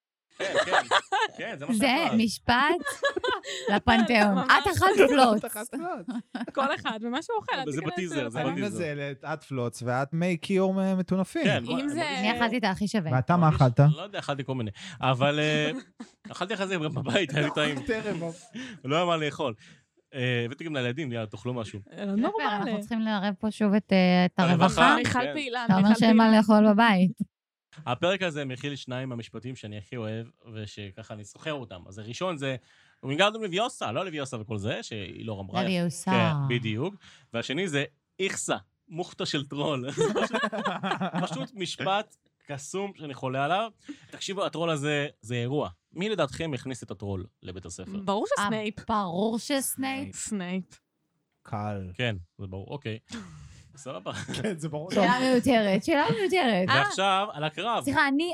כן, זה מה זה שאכלת. משפט לפנתיאון. את אכלת פלוץ. כל אחד, ומה שהוא אוכל. זה בטיזר, זה אני בטיזר. נזלת, את פלוץ, ואת מי קיור מטונפים. כן. אני אכלתי את הכי שווה. ואתה מה אכלת? לא יודע, אכלתי כל מיני. אבל אכלתי אחרי זה גם בבית, היה לי טעים. לא היה מה לאכול. הבאתי גם לילדים, יאללה, תאכלו משהו. אנחנו צריכים לערב פה שוב את הרווחה. מיכל פעילה. אתה אומר שאין מה לאכול בבית. הפרק הזה מכיל שניים מהמשפטים שאני הכי אוהב, ושככה אני סוחר אותם. אז הראשון זה, ווינגרדום לוויוסה, לא לוויוסה וכל זה, שהיא לא אמרה. לוויוסה. כן, בדיוק. והשני זה איכסה, מוכתה של טרול. פשוט משפט קסום שאני חולה עליו. תקשיבו, הטרול הזה זה אירוע. מי לדעתכם הכניס את הטרול לבית הספר? ברור שסנייפ. ברור שסנייפ. סנייפ. קל. כן, זה ברור, אוקיי. סבבה. כן, זה ברור. שאלה מיותרת. ועכשיו, על הקרב. סליחה, אני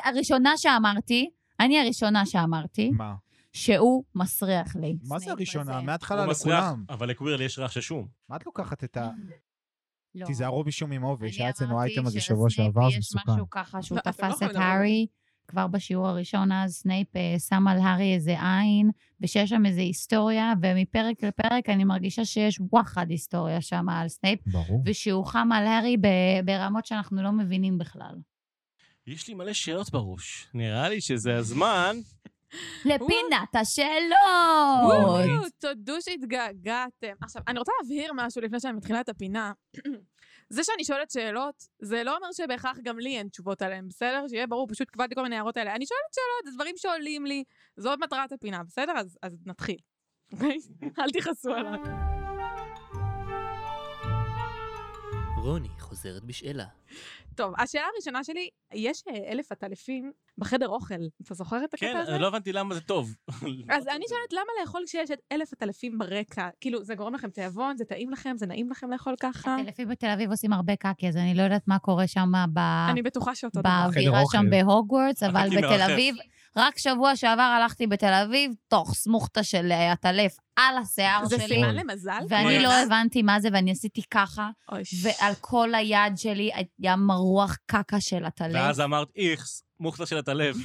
הראשונה שאמרתי, מה? שהוא מסריח לי. מה זה הראשונה? הוא מההתחלה מסריח, לכולם. אבל לקווירל יש ריח של שום. מה את לוקחת את ה... לא. תיזהרו משום עם עובי, שהיה אצלנו אני אייטם הזה אמרתי שבוע שעבר, זה יש מסוכן. משהו ככה שהוא אתם לא תפס יכולים את לדבר על הארי, כבר בשיעור הראשון אז סנייפ שם על הארי איזה עין, ושיש שם איזה היסטוריה, ומפרק לפרק אני מרגישה שיש וואחד היסטוריה שם על סנייפ, ברור. ושהוא חם על הארי ברמות שאנחנו לא מבינים בכלל. יש לי מלא שאלות בראש. נראה לי שזה הזמן. לפינת השאלות! תודו שהתגעגעתם. עכשיו, אני רוצה להבהיר משהו לפני שאני מתחילה את הפינה. זה שאני שואלת שאלות, זה לא אומר שבהכרח גם לי אין תשובות עליהן, בסדר? שיהיה ברור, פשוט קבלתי כל מיני הערות האלה. אני שואלת שאלות, זה דברים שעולים לי, זאת מטרת הפינה, בסדר? אז נתחיל. אוקיי? אל תכעסו עליי. רוני חוזרת בשאלה. טוב, השאלה הראשונה שלי, יש 1,000 עטלפים בחדר אוכל. אתה זוכר את הקטע הזה? כן, לא הבנתי למה זה טוב. אז אני שואלת, למה לאכול כשיש 1,000 עטלפים ברקע? כאילו, זה גורם לכם תיאבון, זה טעים לכם, זה נעים לכם לאכול ככה? הטלפים בתל אביב עושים הרבה קקי, אז אני לא יודעת מה קורה שם אני בטוחה שאותו דבר. באווירה שם בהוגוורטס, אבל בתל אביב, רק שבוע שעבר הלכתי בתל אביב, תוך סמוכתה של עטלף על השיער זה שלי. סימן למזל? ואני לא הבנתי מה זה, ואני עשיתי ככה, ועל כל היד שלי היה מרוח קקה של עטלף. ואז אמרת, איכס, מוכתה של הטלב.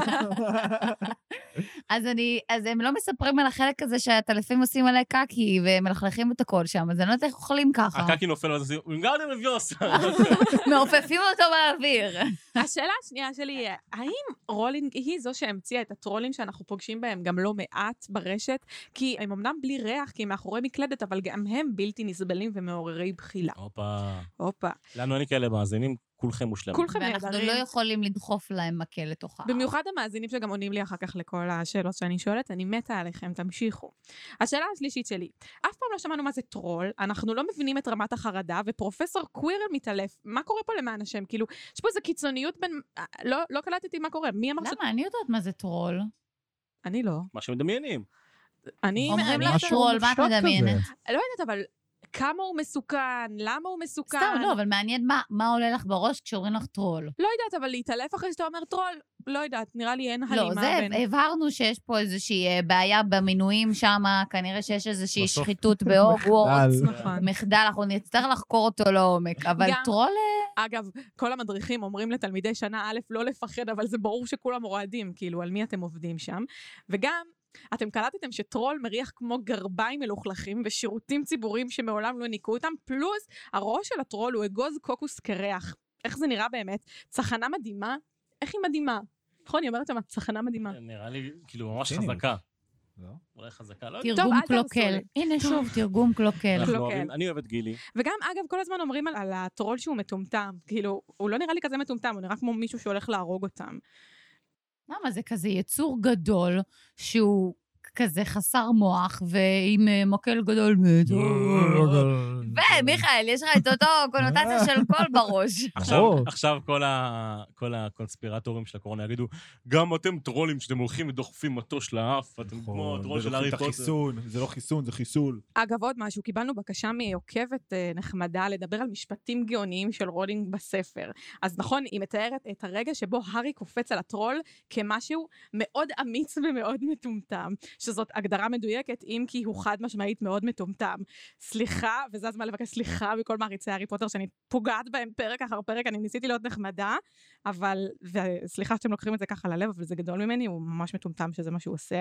אז הם לא מספרים על החלק הזה שהטלפים עושים עלי קקי, ומלכלכים את הכל שם, אז אני לא יודעת איך אוכלים ככה. הקקי נופל, ואז עושים, גרדם לביוס. מעופפים אותו באוויר. השאלה השנייה שלי היא, האם רולינג היא זו שהמציאה את הטרולים שאנחנו פוגשים בהם גם לא מעט ברשת? כי הם אמנם בלי ריח, כי הם מאחורי מקלדת, אבל גם הם בלתי נסבלים ומעוררי בחילה. הופה. לנו אין כאלה מאזינים, כולכם מושלמים. כולכם נהדרים. ואנחנו לא יכולים לדחוף להם מקל לתוכה. במיוחד המאזינים שגם עונים לי אחר כך לכל השאלות שאני שואלת, אני מתה עליכם, תמשיכו. השאלה השלישית שלי, אף פעם לא שמענו מה זה טרול, אנחנו לא מבינים את רמת החרדה, ופרופסור קווירל מתעלף. מה קורה פה למען השם? כאילו, יש פה איזו קיצוניות בין... לא קלטתי מה קורה. מי אמר למה? אני יודעת מה זה טרול. אני לא. מה שמדמיינים. אומרים לך טרול, מה את מדמיינת? לא יודעת, אבל כמה הוא מסוכן, למה הוא מסוכן. סתם, לא, אבל מעניין מה עולה לך בראש כשאומרים לך טרול. לא יודעת, אבל להתעלף אחרי שאתה אומר טרול, לא יודעת, נראה לי אין הלימה. לא, זה, הבהרנו שיש פה איזושהי בעיה במינויים שם, כנראה שיש איזושהי שחיתות בהוגוורטס, מחדל, אנחנו נצטרך לחקור אותו לעומק, אבל טרול... אגב, כל המדריכים אומרים לתלמידי שנה א' לא לפחד, אבל זה ברור שכולם רועדים, כאילו, על מי אתם עובדים שם. וגם, אתם קלטתם שטרול מריח כמו גרביים מלוכלכים ושירותים ציבוריים שמעולם לא ניקו אותם, פלוס הראש של הטרול הוא אגוז קוקוס קרח. איך זה נראה באמת? צחנה מדהימה? איך היא מדהימה? נכון, היא אומרת שם, צחנה מדהימה. נראה לי, כאילו, ממש חזקה. אולי חזקה, לא יודע. תרגום קלוקל. הנה שוב, תרגום קלוקל. אני אוהב את גילי. וגם, אגב, כל הזמן אומרים על הטרול שהוא מטומטם. כאילו, הוא לא נראה לי כזה מטומטם, הוא נראה כמו מישהו שהולך להרוג אותם. למה? זה כזה יצור גדול, שהוא כזה חסר מוח, ועם מקל גדול. ומיכאל, יש לך את אותו קונוטציה של קול בראש. עכשיו כל הקונספירטורים של הקורונה יגידו, גם אתם טרולים שאתם הולכים ודוחפים מטוש לאף, אתם כמו טרול של הארי פוטר. זה לא חיסון, זה חיסול. אגב, עוד משהו, קיבלנו בקשה מעוקבת נחמדה לדבר על משפטים גאוניים של רולינג בספר. אז נכון, היא מתארת את הרגע שבו הארי קופץ על הטרול כמשהו מאוד אמיץ ומאוד מטומטם, שזאת הגדרה מדויקת, אם כי הוא חד משמעית מאוד מטומטם. סליחה, וזה הזמן לבקש סליחה מכל מעריצי הארי פוטר, שאני פוגעת בהם פרק אחר פרק, אני ניסיתי להיות נחמדה, אבל, וסליחה שאתם לוקחים את זה ככה ללב, אבל זה גדול ממני, הוא ממש מטומטם שזה מה שהוא עושה.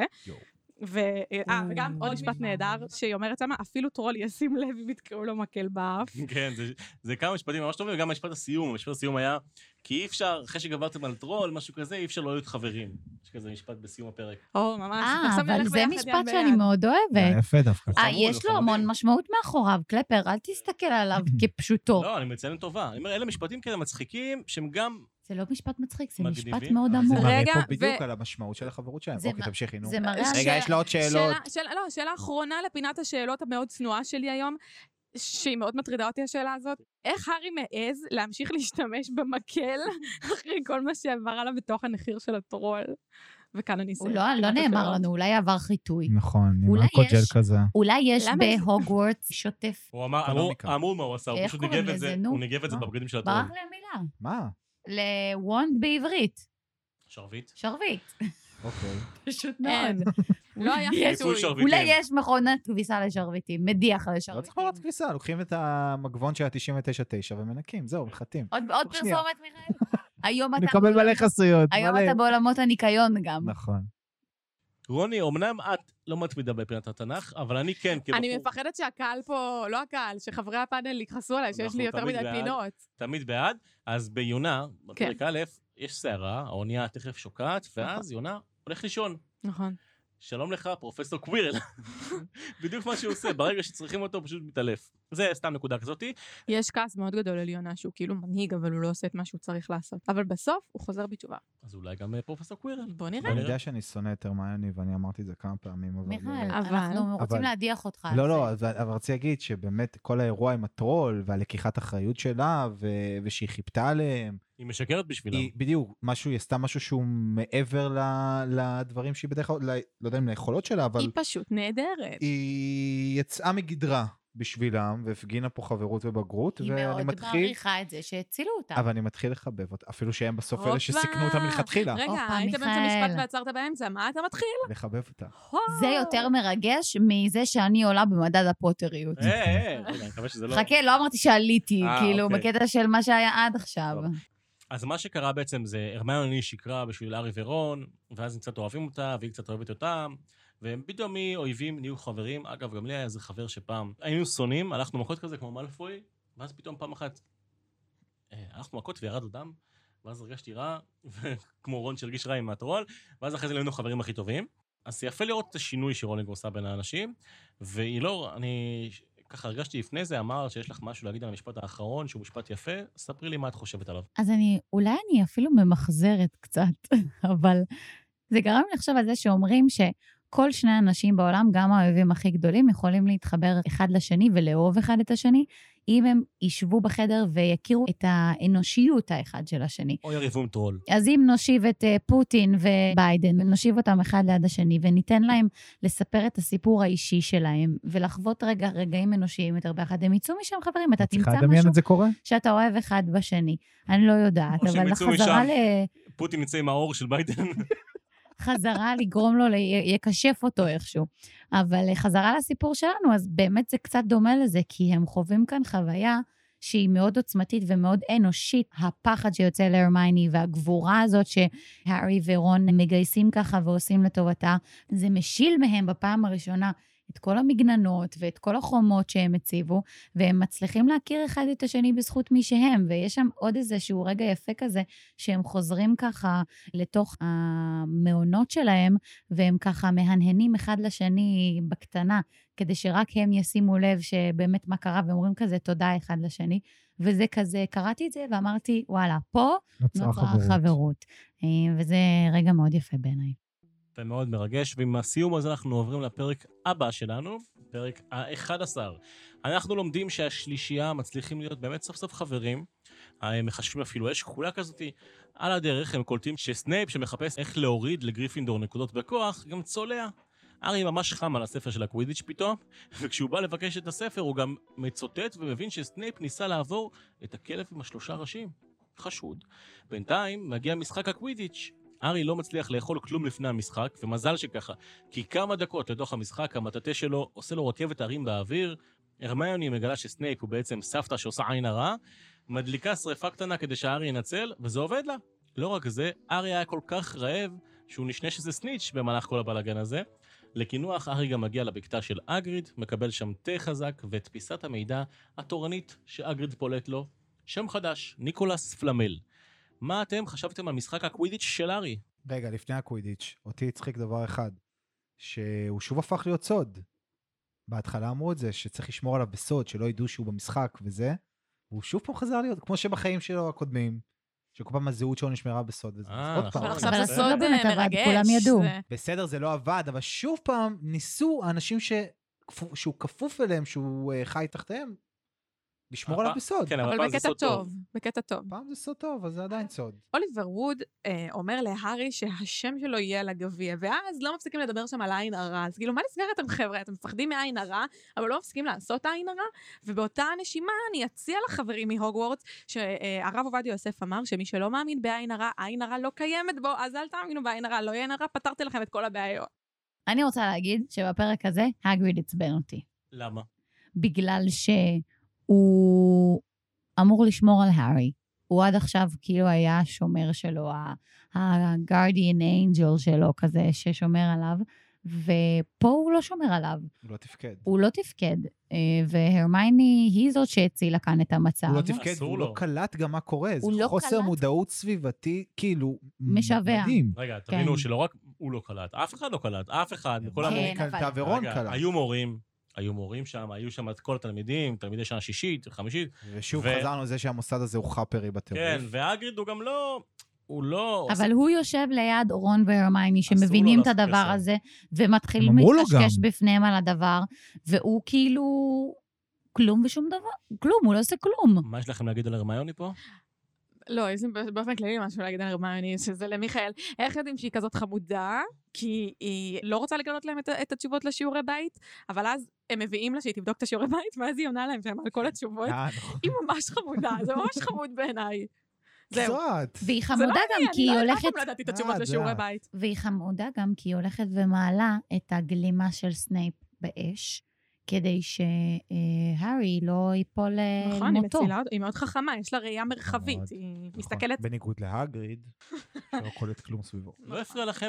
וגם עוד משפט נהדר, שהיא אומרת שמה, אפילו טרול ישים לב אם יתקראו לו מקל באף. כן, זה כמה משפטים ממש טובים, וגם משפט הסיום. משפט הסיום היה, כי אי אפשר, אחרי שגברתם על טרול, משהו כזה, אי אפשר לא להיות חברים. יש כזה משפט בסיום הפרק. ממש. אבל זה משפט שאני מאוד אוהבת. יפה דווקא. יש לו המון משמעות מאחוריו, קלפר, אל תסתכל עליו כפשוטו. לא, אני מציין טובה. אני אומר, אלה משפטים כאלה מצחיקים, שהם גם... זה לא משפט מצחיק, זה משפט מאוד אמור. זה מראה פה בדיוק על המשמעות של החברות שלהם. אוקיי, תמשיכי, נו. רגע, יש לה עוד שאלות. לא, שאלה אחרונה לפינת השאלות המאוד צנועה שלי היום, שהיא מאוד מטרידה אותי השאלה הזאת. איך הארי מעז להמשיך להשתמש במקל אחרי כל מה שעבר עליו בתוך הנחיר של הטרול? וכאן אני אסיים. לא נאמר לנו, אולי עבר חיטוי. נכון, עם אלכוג'ל כזה. אולי יש בהוגוורטס שוטף. הוא אמרו מה הוא עשה, הוא פשוט ניגב את זה בבגדים של הטרול. ברח לי המילה. מה? לוונד בעברית. שרביט. שרביט. אוקיי. פשוט מאוד. לא היה חיטוי. אולי יש מכונת כביסה לשרביטים, מדיח לשרביטים. לא צריך מכונת כביסה, לוקחים את המגבון של ה-99.9 ומנקים, זהו, מחטאים. עוד פרסומת, מיכאל? נקבל מלא חסויות. היום אתה בעולמות הניקיון גם. נכון. רוני, אמנם את לא מתמידה בפינת התנ"ך, אבל אני כן כבחור. אני מפחדת שהקהל פה, לא הקהל, שחברי הפאנל יכעסו עליי, שיש לי יותר מדי פינות. תמיד בעד. אז ביונה, בפרק א', יש שערה, האונייה תכף שוקעת, ואז יונה הולך לישון. נכון. שלום לך, פרופסור קווירל. בדיוק מה שהוא עושה, ברגע שצריכים אותו, פשוט מתעלף. זה סתם נקודה כזאתי. יש כעס מאוד גדול על יונה, שהוא כאילו מנהיג, אבל הוא לא עושה את מה שהוא צריך לעשות. אבל בסוף הוא חוזר בתשובה. אז אולי גם פרופסור קווירל. בוא נראה. אני יודע שאני שונא את הרמיוני, ואני אמרתי את זה כמה פעמים, אבל... מיכאל, אבל- אנחנו רוצים להדיח אותך. על לא, זה. אבל רציתי להגיד שבאמת כל האירוע עם הטרול, והלקיחת אחריות שלה, ושהיא חיפתה עליהם, היא משקרת בשבילם. בדיוק, היא עשתה משהו שהוא מעבר לדברים שהיא בדרך כלל, לא יודע אם ליכולות שלה, אבל היא פשוט נהדרת. היא יצאה מגדרה בשבילם, והפגינה פה חברות ובגרות, היא ואני מאוד מתחיל... מעריכה את זה שהצילו אותה. אבל אני מתחיל לחבב אותה, אפילו שהם בסוף אלה הופה. שסיכנו אותה מלכתחילה. רגע, הופה, היית באמצע מיכאל. משפט ועצרת באמצע, מה אתה מתחיל? לחבב אותה. זה יותר מרגש מזה שאני עולה במדד הפוטריות. רגע, אני מקווה שזה לא... חכה, לא אמרתי שעליתי, כאילו, אוקיי. בקטע של מה שהיה עד עכשיו. טוב. אז מה שקרה בעצם זה, הרמיוני שקרה בשביל הארי ורון, ואז הם קצת אוהבים אותה, והיא קצת אוהבת אותם, והם פתאום מאויבים נהיו חברים. אגב, גם לי היה איזה חבר שפעם היינו שונאים, הלכנו מכות כזה כמו מלפוי, ואז פתאום פעם אחת הלכנו מכות וירד דם, ואז הרגשתי רע, כמו רון שהרגיש רע עם הטרול, ואז אחרי זה היינו חברים הכי טובים. אז יפה לראות את השינוי שרולינג עושה בין האנשים, והיא לא, אני ככה הרגשתי לפני זה, אמר שיש לך משהו להגיד על המשפט האחרון, שהוא משפט יפה, ספרי לי מה את חושבת עליו. אז אולי אני אפילו ממחזרת קצת, אבל זה גרם לי לחשוב על זה שאומרים שכל שני אנשים בעולם, גם האויבים הכי גדולים, יכולים להתחבר אחד לשני ולאהוב אחד את השני, אם הם ישבו בחדר ויכירו את האנושיות האחד של השני. או יריבו עם טרול. אז אם נושיב את פוטין וביידן, ונושיב אותם אחד ליד השני, וניתן להם לספר את הסיפור האישי שלהם, ולחוות רגעים אנושיים יותר באחד, הם יצאו משם חברים, אתה תמצא צריכה לדמיין משהו את זה קורה? שאתה אוהב אחד בשני. אני לא יודעת, או שהם אבל יצאו החזרה משם. פוטין יצא עם האור של ביידן. חזרה לגרום לו, יקשף אותו איכשהו. אבל חזרה לסיפור שלנו, אז באמת זה קצת דומה לזה, כי הם חווים כאן חוויה שהיא מאוד עוצמתית ומאוד אנושית, הפחד שיוצא להרמייני והגבורה הזאת שהארי ורון מגייסים ככה ועושים לטובתה, זה משיל מהם בפעם הראשונה את כל המגננות ואת כל החומות שהם הציבו, והם מצליחים להכיר אחד את השני בזכות מי שהם, ויש שם עוד איזשהו רגע יפה כזה, שהם חוזרים ככה לתוך המעונות שלהם, והם ככה מהנהנים אחד לשני בקטנה, כדי שרק הם ישימו לב שבאמת מה קרה, ואומרים כזה תודה אחד לשני, וזה כזה, קראתי את זה ואמרתי, וואלה, פה נוצרה חברות. וזה רגע מאוד יפה בעיניי. ומאוד מרגש, ועם הסיום הזה אנחנו עוברים לפרק הבא שלנו, פרק ה-11. אנחנו לומדים שהשלישייה מצליחים להיות באמת סוף סוף חברים, הם מחשבים אפילו אש כחולה כזאת, על הדרך הם קולטים שסנייפ שמחפש איך להוריד לגריפינדור נקודות בכוח, גם צולע. הארי ממש חם על הספר של הקווידיץ' פתאום, וכשהוא בא לבקש את הספר הוא גם מצוטט ומבין שסנייפ ניסה לעבור את הכלב עם 3 ראשים. חשוד. בינתיים מגיע משחק הקווידיץ'. הארי לא מצליח לאכול כלום לפני המשחק, ומזל שככה, כי כמה דקות לתוך המשחק, המטאטה שלו עושה לו רכבת הרים באוויר, הרמיוני מגלה שסנייפ הוא בעצם סבתא שעושה עין הרע, מדליקה שריפה קטנה כדי שהארי ינצל, וזה עובד לה. לא רק זה, הארי היה כל כך רעב, שהוא נשנש איזה סניץ' במהלך כל הבלגן הזה. לקינוח, הארי גם מגיע לבקתה של אגריד, מקבל שם תה חזק, ואת פיסת המידע התורנית שאגריד פולט לו. שם חדש, ניקולס פלמל. מה אתם חשבתם על משחק הקווידיץ' של הארי? רגע, לפני הקווידיץ', אותי הצחיק דבר אחד, שהוא שוב הפך להיות סוד. בהתחלה אמרו את זה, שצריך לשמור עליו בסוד, שלא ידעו שהוא במשחק וזה, והוא שוב פעם חזר להיות, כמו שבחיים שלו הקודמים, שכל פעם הזהות שלו נשמרה בסוד וזה. עוד פעם. עכשיו אבל זה הסוד סוד לא באמת עבד, מרגש. כולם ידעו. בסדר, זה לא עבד, אבל שוב פעם ניסו האנשים שהוא כפוף אליהם, שהוא חי תחתיהם, לשמור עליו בסוד. כן, אבל בקטע טוב, בקטע טוב. פעם זה סוד טוב, אז זה עדיין סוד. אוליבר ווד אומר להארי שהשם שלו יהיה על הגביע, ואז לא מפסיקים לדבר שם על עין הרע. אז כאילו, מה נסגר אתם חבר'ה? אתם מפחדים מעין הרע, אבל לא מפסיקים לעשות עין הרע, ובאותה נשימה אני אציע לחברים מהוגוורטס, שהרב עובדיה יוסף אמר שמי שלא מאמין בעין הרע, עין הרע לא קיימת בו, אז אל תאמינו בעין הרע, לא יהיה עין הרע, פתרתי לכם את כל הבעיות. אני רוצה להגיד שבפרק הזה, הגריד עצבן אותי. למה? בגלל שהוא אמור לשמור על הארי. הוא עד עכשיו כאילו היה השומר שלו, ה-guardian angel שלו כזה ששומר עליו, ופה הוא לא שומר עליו. הוא לא תפקד. הוא לא תפקד, והרמייני היא זאת שהצילה כאן את המצב. הוא לא תפקד, אסור הוא לו. לא קלט גם מה קורה. הוא זה לא חוסר קלט. מודעות סביבתי, כאילו, משווע. מדהים. רגע, תבינו כן. שלא רק הוא לא קלט, אף אחד לא קלט, אף אחד. כל כן, המורים. אבל- קלטה ורון רגע, קלט. היו מורים, היו מורים שם, היו שם את כל התלמידים, תלמידי שנה שישית, חמישית. ושוב חזרנו לזה שהמוסד הזה הוא חפרי בטירוף. כן, והגריד הוא גם לא... הוא לא... אבל הוא יושב ליד רון והרמייני, שמבינים את הדבר הזה, ומתחילים להתקשקש בפניהם על הדבר, והוא כאילו... כלום ושום דבר. כלום, הוא לא עושה כלום. מה יש לכם להגיד על הרמיוני פה? לא, יש לי באופן כללי משהו להגיד על הרמיוני, שזה למיכאל. איך יודעים שהיא כזאת חמודה? כי היא לא רוצה לגלות להם את התשובות לשיעורי בית, אבל אז הם מביאים לה שהיא תבדוק את השיעורי בית, ואז היא עונה להם שם על כל התשובות. היא ממש חמודה, זה ממש חמוד בעיניי. זהו. והיא חמודה גם כי היא הולכת... אני אף פעם לא ידעתי את התשובות לשיעורי בית. והיא חמודה גם כי היא הולכת ומעלה את הגלימה של סנייפ באש, כדי שהארי לא ייפול למותו. נכון, היא מצילה אותו, היא מאוד חכמה, יש לה ראייה מרחבית, היא מסתכלת... בניגוד להגריד, שלא קולט כלום סביבו. לא הפריע לכם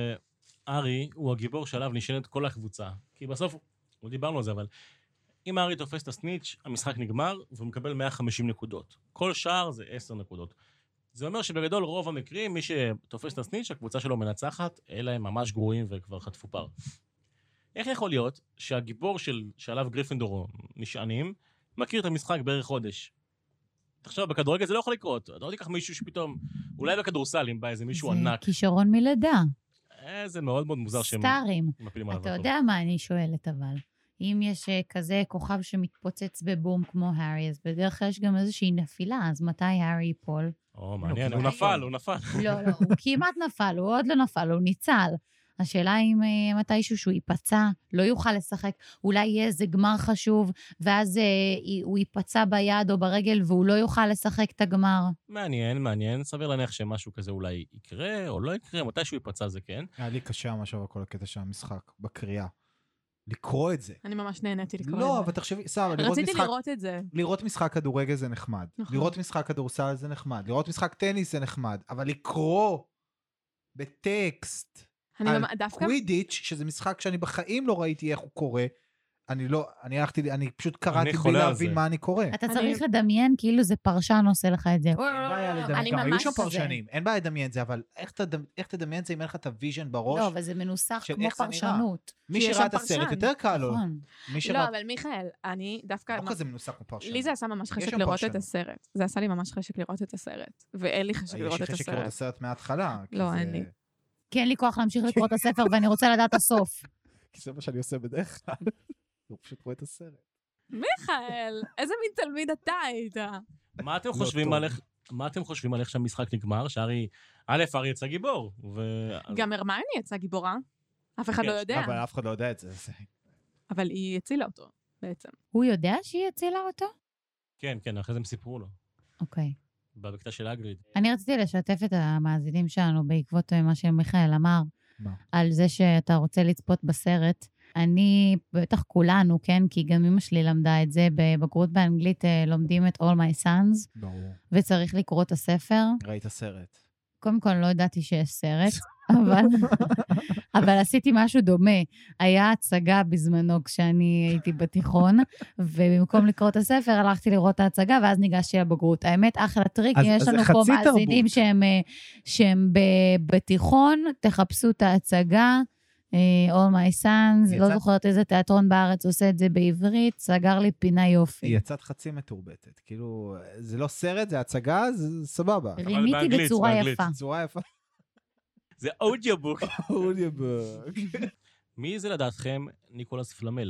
שהארי הוא הגיבור שעליו נשענת כל הקבוצה, כי בסוף, לא דיברנו על זה, אבל אם הארי תופס את הסניץ', המשחק נגמר, והוא מקבל 150 נקודות. כל שער זה 10 נקודות. זה אומר שבגדול רוב המקרים, מי שתופס את הסניץ', הקבוצה שלו מנצחת, אלה הם ממש גרועים וכבר חטפו פר. איך יכול להיות שהגיבור שעליו גריפינדור נשענים, מכיר את המשחק בערך חודש? עכשיו, בכדורגל זה לא יכול לקרות. אתה לא תיקח מישהו שפתאום, אולי בכדורסל, אם בא איזה מישהו ענק. זה כישרון מלידה. זה מאוד מאוד מוזר שהם מפילים עליו. אתה יודע מה אני שואלת אבל? אם יש כזה כוכב שמתפוצץ בבום כמו הארי, אז בדרך כלל יש גם איזושהי נפילה, אז מתי הארי ייפול? מעניין, הוא נפל. לא, הוא כמעט נפל, הוא עוד לא נפל, הוא ניצל. השאלה אם מתישהו שהוא ייפצע, לא יוכל לשחק, אולי יהיה איזה גמר חשוב, ואז הוא ייפצע ביד או ברגל, והוא לא יוכל לשחק את הגמר. מעניין, סביר להניח שמשהו כזה אולי יקרה, או לא יקרה, מתישהו ייפצע זה כן. היה לי קשה משהו בכל הקטע של המשחק, בקריאה. לקרוא את זה. אני ממש נהניתי לקרוא את זה. לא, אבל תחשבי, סבבה, רציתי לראות את זה. לראות משחק כדורגל זה נחמד. לראות משחק כדורסל זה נחמד. לראות משחק טניס זה נחמד. אבל לקרוא בטקסט על קווידיץ', שזה משחק שאני בחיים לא ראיתי איך הוא קורא, אני פשוט קראתי בלי להבין מה אני קורא. אתה צריך לדמיין כאילו זה פרשן עושה לך את זה. אין בעיה לדמיין, גם היו שם פרשנים, אין בעיה לדמיין את זה, אבל איך תדמיין את זה אם אין לך את הוויז'ן בראש? לא, אבל זה מנוסח כמו פרשנות. מי שראה את הסרט יותר קל לו. לא, אבל מיכאל, אני דווקא... לא כזה מנוסח כמו פרשנות. לי זה עשה ממש חשק לראות את הסרט. זה עשה לי ממש חשק לראות את הסרט. ואין לי חשק לראות את הסרט. יש לי חשק לראות את הסרט מההתחלה. לא, אין לי. כי אין לי כוח להמשיך לקרוא את הספר ואני רוצה לדעת הסוף. כי זה מה שאני עושה בדרך כלל. הוא פשוט רואה את הסרט. מיכאל, איזה מין תלמיד אתה היית? מה אתם חושבים על איך שהמשחק נגמר? שהארי יצא גיבור. גם הרמיוני יצא גיבורה. אף אחד לא יודע. אבל אף אחד לא יודע את זה. אבל היא הצילה אותו, בעצם. הוא יודע שהיא הצילה אותו? כן, אחרי זה הם סיפרו לו. אוקיי. בבקתה של אגריד. אני רציתי לשתף את המאזינים שלנו בעקבות מה שמיכאל אמר, על זה שאתה רוצה לצפות בסרט. אני, בטח כולנו, כן, כי גם אמא שלי למדה את זה, בבגרות באנגלית לומדים את All My Sons, ברור. וצריך לקרוא את הספר. ראית סרט. קודם כל, לא ידעתי שיש סרט, אבל עשיתי משהו דומה. היה הצגה בזמנו כשאני הייתי בתיכון, ובמקום לקרוא את הספר, הלכתי לראות את ההצגה, ואז ניגשתי לבגרות. האמת, אחלה טריק, יש לנו פה מאזינים שהם בתיכון, תחפשו את ההצגה, All My Sons, לא זוכרת איזה תיאטרון בארץ עושה את זה בעברית, סגר לי פינה יופי. היא יצאת חצי מתורבתת, כאילו, זה לא סרט, זה הצגה, זה סבבה. רימיתי בצורה יפה. בצורה יפה. זה אודיובוק. אודיובוק. מי זה לדעתכם ניקולס פלמל?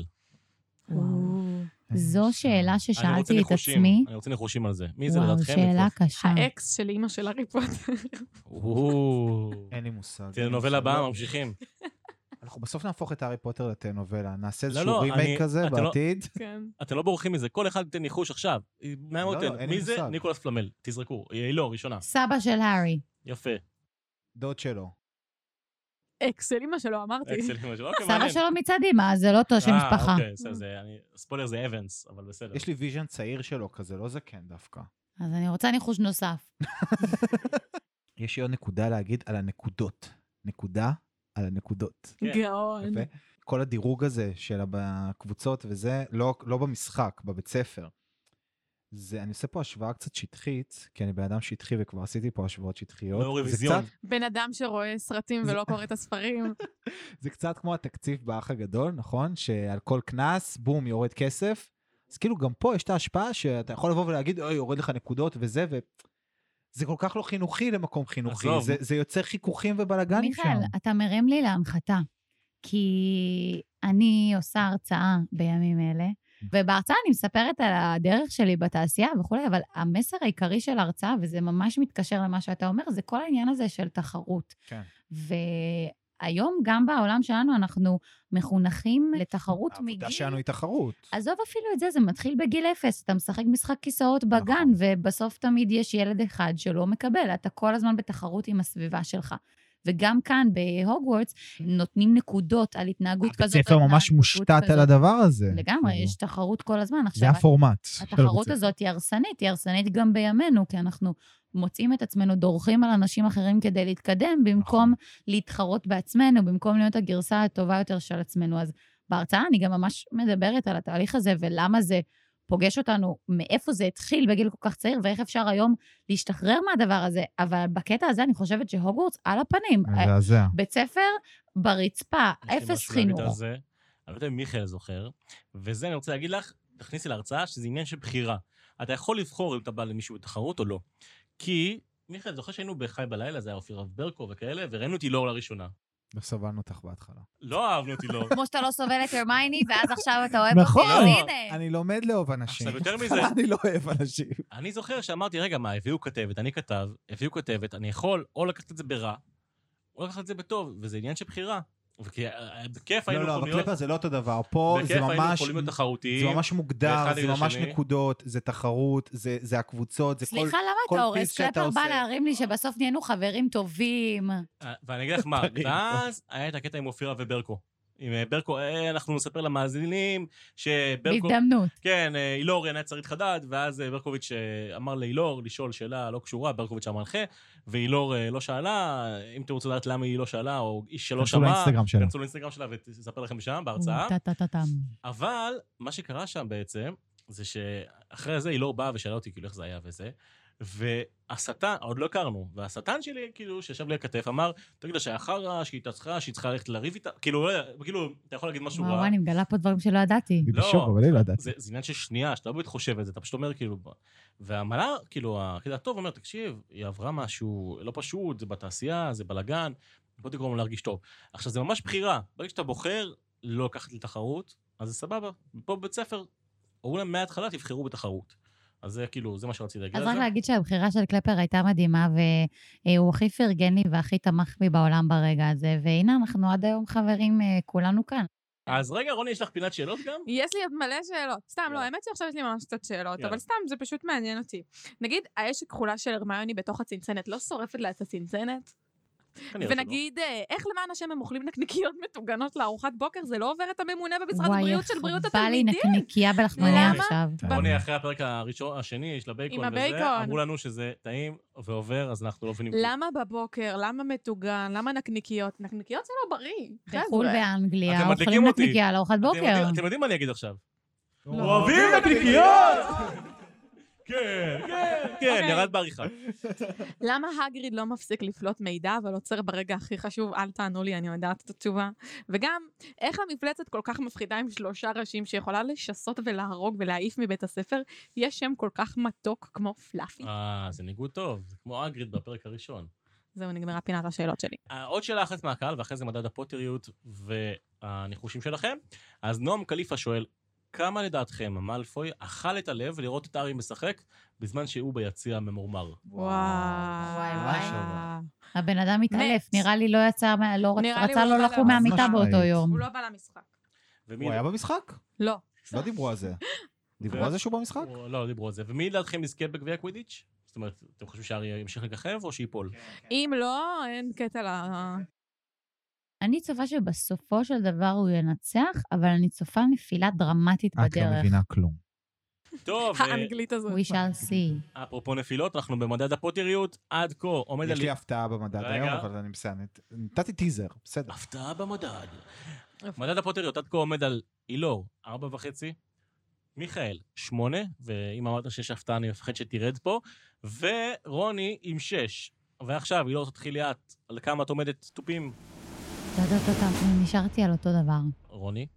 זו שאלה ששאלתי את עצמי. אני רוצה ניחושים על זה. מי זה לדעתכם? שאלה קשה. האקס של אמא של הארי פוטר. אין לי מושג. טלנובלה הבאה, ממשיכים. אנחנו בסוף נהפוך את הארי פוטר לטלנובלה, נעשה איזשהו רימייק כזה בעתיד. אתם לא בורחים מזה, כל אחד ייתן ניחוש עכשיו. מי זה? ניקולס פלמל. תזרקו, היא לא, ראשונה. סבא של הארי. יפה. דוד שלו. אקס של אמא שלו, אמרתי. סבא שלו מצד אמא, זה לא אותו שם משפחה. אוקיי, ספוילר זה אבנס, אבל בסדר. יש לי ויז'ן צעיר שלו כזה, לא זקן דווקא. אז אני רוצה ניחוש נוסף. יש לי עוד נקודה להגיד על הנקודות. נקודה על הנקודות. גאון. כל הדירוג הזה של הקבוצות וזה, לא במשחק, בבית ספר. אני עושה פה השוואה קצת שטחית, כי אני בן אדם שטחי וכבר עשיתי פה השוואות שטחיות. לא רוויזיון. בן אדם שרואה סרטים ולא קורא את הספרים. זה קצת כמו התקציב באח הגדול, נכון? שעל כל כנס, בום, יורד כסף. אז כאילו גם פה יש את ההשפעה שאתה יכול לבוא ולהגיד, אוי, יורד לך נקודות וזה, זה כל כך לא חינוכי למקום חינוכי. זה יוצר חיכוכים ובלגנים שם. מיכאל, אתה מרים לי להנחתה, כי אני עושה הרצאה בימים אלה, ובהרצאה אני מספרת על הדרך שלי בתעשייה וכולי, אבל המסר העיקרי של ההרצאה, וזה ממש מתקשר למה שאתה אומר, זה כל העניין הזה של תחרות. כן. והיום גם בעולם שלנו אנחנו מחונכים לתחרות מגיל. העבודה שלנו היא תחרות. עזוב אפילו את זה, זה מתחיל בגיל 0, אתה משחק משחק כיסאות בגן, ובסוף תמיד יש ילד אחד שלא מקבל, אתה כל הזמן בתחרות עם הסביבה שלך. וגם כאן בהוגוורטס נותנים נקודות על התנהגות כזאת. בית ספר ממש מושתת על הדבר הזה. לגמרי, יש תחרות כל הזמן. זה הפורמט. התחרות הזאת היא הרסנית גם בימינו, כי אנחנו מוצאים את עצמנו דורכים על אנשים אחרים כדי להתקדם, במקום להתחרות בעצמנו, במקום להיות הגרסה הטובה יותר של עצמנו. אז בהרצאה אני גם ממש מדברת על התהליך הזה, ולמה זה פוגש אותנו, מאיפה זה התחיל בגיל כל כך צעיר, ואיך אפשר היום להשתחרר מהדבר הזה. אבל בקטע הזה אני חושבת שהוגוורטס על הפנים. בית ספר ברצפה, אפס חינוך. אני לא יודע אם מיכאל זוכר, וזה אני רוצה להגיד לך, תכניסי להרצאה שזה עניין של בחירה. אתה יכול לבחור אם אתה בא למישהו בתחרות או לא. כי, מיכאל, זוכר שהיינו בחי בלילה, זה היה אופיר רב ברקו וכאלה, וראינו את אילור לראשונה. לא סבלנו אותך בהתחלה. לא אהבנו את אילור. כמו שאתה לא סובל את הרמייני, ואז עכשיו אתה אוהב אותי, נכון, הנה. אני לומד לאהוב אנשים. עכשיו יותר מזה. אני לא אוהב אנשים. אני זוכר שאמרתי, רגע, מה, הביאו כתבת, אני כתב, הביאו כתבת, אני יכול או לקחת את זה ברע, או לקחת את זה בטוב, וזה עניין של בחירה. בכיף היינו יכולים להיות... לא, בקליפה זה לא אותו דבר. פה זה ממש מוגדר, זה ממש נקודות, זה תחרות, זה הקבוצות, זה כל פיס שאתה עושה. סליחה, למה אתה הורס? קלפר בא להרים לי שבסוף נהיינו חברים טובים. ואני אגיד לך מה, ואז היה את הקטע עם אופירה וברקו. עם ברקו, אנחנו נספר למאזינים שברקו... בהזדמנות. כן, אילור היה צריך חדד, ואז ברקוביץ' אמר לאילור לשאול שאלה לא קשורה, ברקוביץ' המנחה, ואילור לא שאלה, אם אתם רוצים לדעת למה היא לא שאלה, או איש שלא שמע, כנסו לאינסטגרם שלה ותספר לכם שם, בהרצאה. אבל מה שקרה שם בעצם, זה שאחרי זה אילור באה ושאלה אותי כאילו איך זה היה וזה, והשטן, עוד לא הכרנו, והשטן שלי, כאילו, שישב לי הכתף, אמר, תגיד לה שהאחרה, שהיא צריכה ללכת לריב איתה, כאילו, אתה יכול להגיד משהו רע. וואו, אני מגלה פה דברים שלא ידעתי. בשוק, אבל אני לא ידעתי. זה עניין של שנייה, שאתה לא באמת חושב את זה, אתה פשוט אומר, כאילו, והמלא, כאילו, הקטע הטוב אומר, תקשיב, היא עברה משהו לא פשוט, זה בתעשייה, זה בלגן, בוא תגרום לו להרגיש טוב. עכשיו, זה ממש בחירה. ברגע שאתה בוחר לא לקחת לתחרות, אז זה סבבה. פה בבית ספר, או להם מההתחלה תבחרו בתחרות. אז זה כאילו, זה מה שרציתי להגיד. אז רק להגיד שהבחירה של קלפר הייתה מדהימה, והוא הכי פרגן לי והכי תמך בי בעולם ברגע הזה, והנה אנחנו עד היום חברים כולנו כאן. אז רגע, רוני, יש לך פינת שאלות גם? יש לי עוד מלא שאלות. סתם, לא, האמת שעכשיו יש לי ממש קצת שאלות, אבל סתם, זה פשוט מעניין אותי. נגיד, האש הכחולה של הרמיוני בתוך הצנצנת לא שורפת לה את הצנצנת? ונגיד, איך למען השם הם אוכלים נקניקיות מטוגנות לארוחת בוקר, זה לא עובר את הממונה במשרד הבריאות של בריאות התלמידים? וואי, בא לי נקניקיה בלחמניה עכשיו. רוני, אחרי הפרק השני, של הבייקון וזה, אמרו לנו שזה טעים ועובר, אז אנחנו לא מבינים. למה בבוקר? למה מטוגן? למה נקניקיות? נקניקיות זה לא בריא. בחול באנגליה, אוכלים נקניקיה לארוחת בוקר. אתם יודעים מה אני אגיד עכשיו? אוהבים נקניקיות! כן, ירד בעריכה. למה הגריד לא מפסיק לפלוט מידע, אבל עוצר ברגע הכי חשוב? אל תענו לי, אני יודעת את התשובה. וגם, איך המפלצת כל כך מפחידה עם 3 ראשים, שיכולה לשסות ולהרוג ולהעיף מבית הספר, יש שם כל כך מתוק כמו פלאפי? זה ניגוד טוב, זה כמו אגריד בפרק הראשון. זהו, נגמרה פינת השאלות שלי. עוד שאלה אחת מהקהל, ואחרי זה מדד הפוטריות והניחושים שלכם. אז נועם קליפה שואל, כמה לדעתכם מאלפוי אכל את הלב לראות את הארי משחק בזמן שהוא ביציע ממורמר? וואי. הבן אדם מתעלף, נראה לי לא יצא, רצה לא לקום מהמיטה באותו יום. הוא לא בא למשחק. הוא היה במשחק? לא. לא דיברו על זה. דיברו על זה שהוא במשחק? לא דיברו על זה. ומי לדעתכם יזכה בגביע קווידיץ'? זאת אומרת, אתם חושבים שהארי ימשיך לככב או שיפול? אם לא, אין קטע אני צופה שבסופו של דבר הוא ינצח, אבל אני צופה נפילה דרמטית בדרך. את לא מבינה כלום. טוב. האנגלית הזאת. We shall see. אפרופו נפילות, אנחנו במדד הפוטריות, עד כה עומד על... יש לי הפתעה במדד היום, אבל אני בסדר. נתתי טיזר, בסדר. הפתעה במדד. מדד הפוטריות, עד כה עומד על אילור, 4.5, מיכאל, 8, ואם אמרת שיש הפתעה, אני מפחד שתירד פה, ורוני עם 6. ועכשיו, היא לא תתחיל ליאת, על כמה את עומדת תופים? נשארתי על אותו דבר. רוני?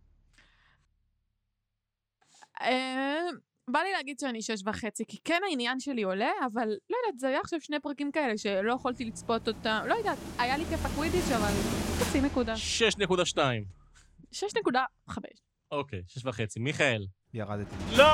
בא לי להגיד שאני 6.5, כי כן העניין שלי עולה, אבל לא יודעת, זה היה עכשיו 2 פרקים כאלה שלא יכולתי לצפות אותם, לא יודעת, היה לי כיף הקווידיץ' אבל חצי נקודה. 6.2. 6.5. אוקיי, 6.5. מיכאל? ירדתי. לא!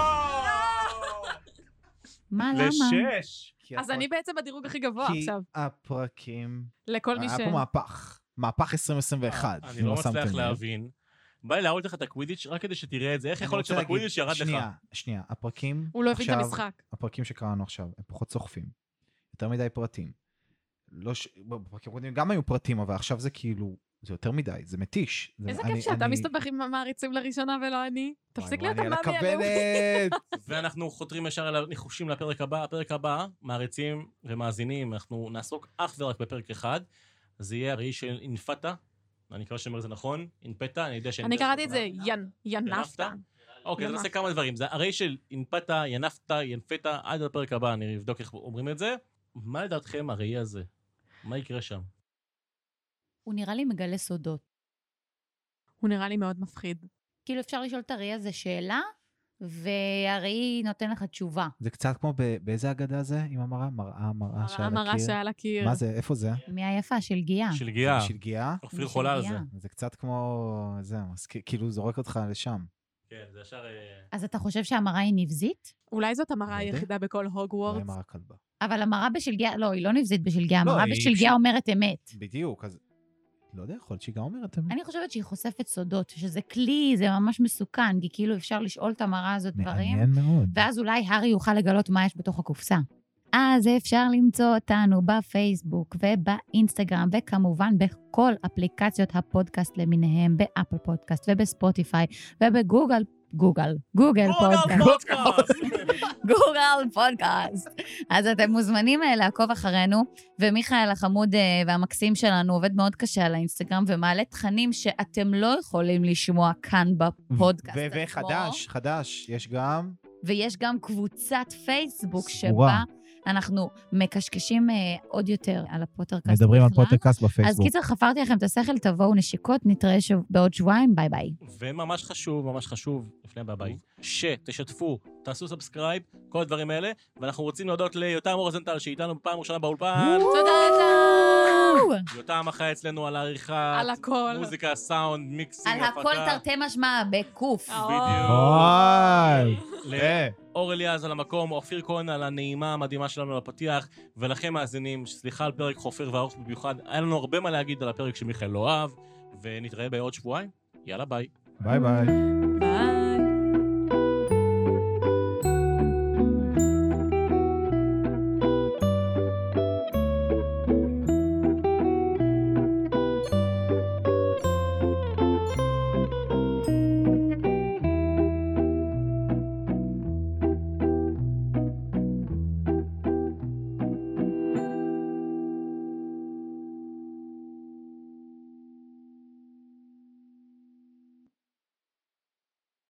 מה, למה? ל6. אז אני בעצם בדירוג הכי גבוה עכשיו. כי הפרקים... לכל מי ש... היה פה מהפך. מהפך 2021. אני לא מצליח להבין. בא לי להראות לך את הקווידיץ' רק כדי שתראה את זה. איך יכול להיות שבקווידיץ' ירד לך? שנייה, הפרקים... הוא לא הבין את המשחק. הפרקים שקראנו עכשיו, הם פחות סוחפים. יותר מדי פרטים. בפרקים קודמים גם היו פרטים, אבל עכשיו זה כאילו... זה יותר מדי, זה מתיש. איזה כיף שאתה מסתבך עם המעריצים לראשונה ולא אני. תפסיק להיות המאמי הלאומי. ואנחנו חותרים ישר על הניחושים לפרק הבא. הפרק הבא, מעריצים ומאזינים, אנחנו נעסוק אך ורק בפרק אחד. זה יהיה הראי של אינפתה. אני מקווה שאומר זה נכון. אינפתה, אני יודע שאני... אני קראתי את זה ינפתה. אוקיי, אז נעשה כמה דברים. זה הראי של אינפתה, ינפתה, ינפתה, עד לפרק הבא אני אבדוק איך אומרים את זה. מה לדעתכם הראי הזה? מה יקרה שם? הוא נראה לי מגלה סודות. הוא נראה לי מאוד מפחיד. כאילו אפשר לשאול את הראי הזה שאלה, והראי נותן לך תשובה. זה קצת כמו באיזה אגדה זה עם המראה? מראה שעל הקיר. המראה שעל הקיר. מה זה? איפה זה? מי היפה? של גיאה. של גיאה. של גיאה? אופיר חולה על זה. זה קצת כמו... זה, כאילו זורק אותך לשם. כן, זה ישר... אז אתה חושב שהמראה היא נבזית? אולי זאת המראה היחידה בכל הוגוורטס. זה מראה כלבה. אבל המראה בשל גיאה, לא, היא לא נבזית בשל גיאה, המראה בשל גיאה אומרת אמת. בדיוק, אז... לא יודע, יכול להיות שהיא גם אומרת אמת. אני חושבת שהיא חושפת סודות, שזה כלי, זה ממש מסוכן, כי כאילו אפשר לשאול את המראה הזאת דברים. מעניין מאוד. ואז אולי הארי יוכל לגלות מה יש בתוך הקופסה. אז אפשר למצוא אותנו בפייסבוק ובאינסטגרם, וכמובן בכל אפליקציות הפודקאסט למיניהם, באפל פודקאסט ובספוטיפיי ובגוגל פודקאסט. אז אתם מוזמנים לעקוב אחרינו, ומיכאל החמוד והמקסים שלנו עובד מאוד קשה על האינסטגרם, ומעלה תכנים שאתם לא יכולים לשמוע כאן בפודקאסט. וחדש, יש גם... ויש גם קבוצת פייסבוק שבה אנחנו מקשקשים עוד יותר על הפוטרקאסט. מדברים על פוטרקאסט בפייסבוק. אז קיצר, חפרתי לכם את השכל, תבואו נשיקות, נתראה בעוד שבועיים, ביי ביי. וממש חשוב, לפני ביי ביי, שתשתפו, תעשו סאבסקרייב, כל הדברים האלה, ואנחנו רוצים להודות ליותם רוזנטל, שאיתנו בפעם ראשונה באולפן. תודה. יותם אחראי אצלנו על העריכה, על הכל. מוזיקה, סאונד, מיקסינג, על הכל תרתי משמע, בקוף. בדיוק. לאור אליעז על המקום, אופיר כהן על הנעימה המדהימה שלנו לפתיח, ולכם מאזינים, סליחה על פרק חופר וארוך במיוחד, היה לנו הרבה מה להגיד על הפרק שמיכאל לא אהב, ונתראה בעוד שבועיים. יאללה, ביי. ביי ביי. ביי.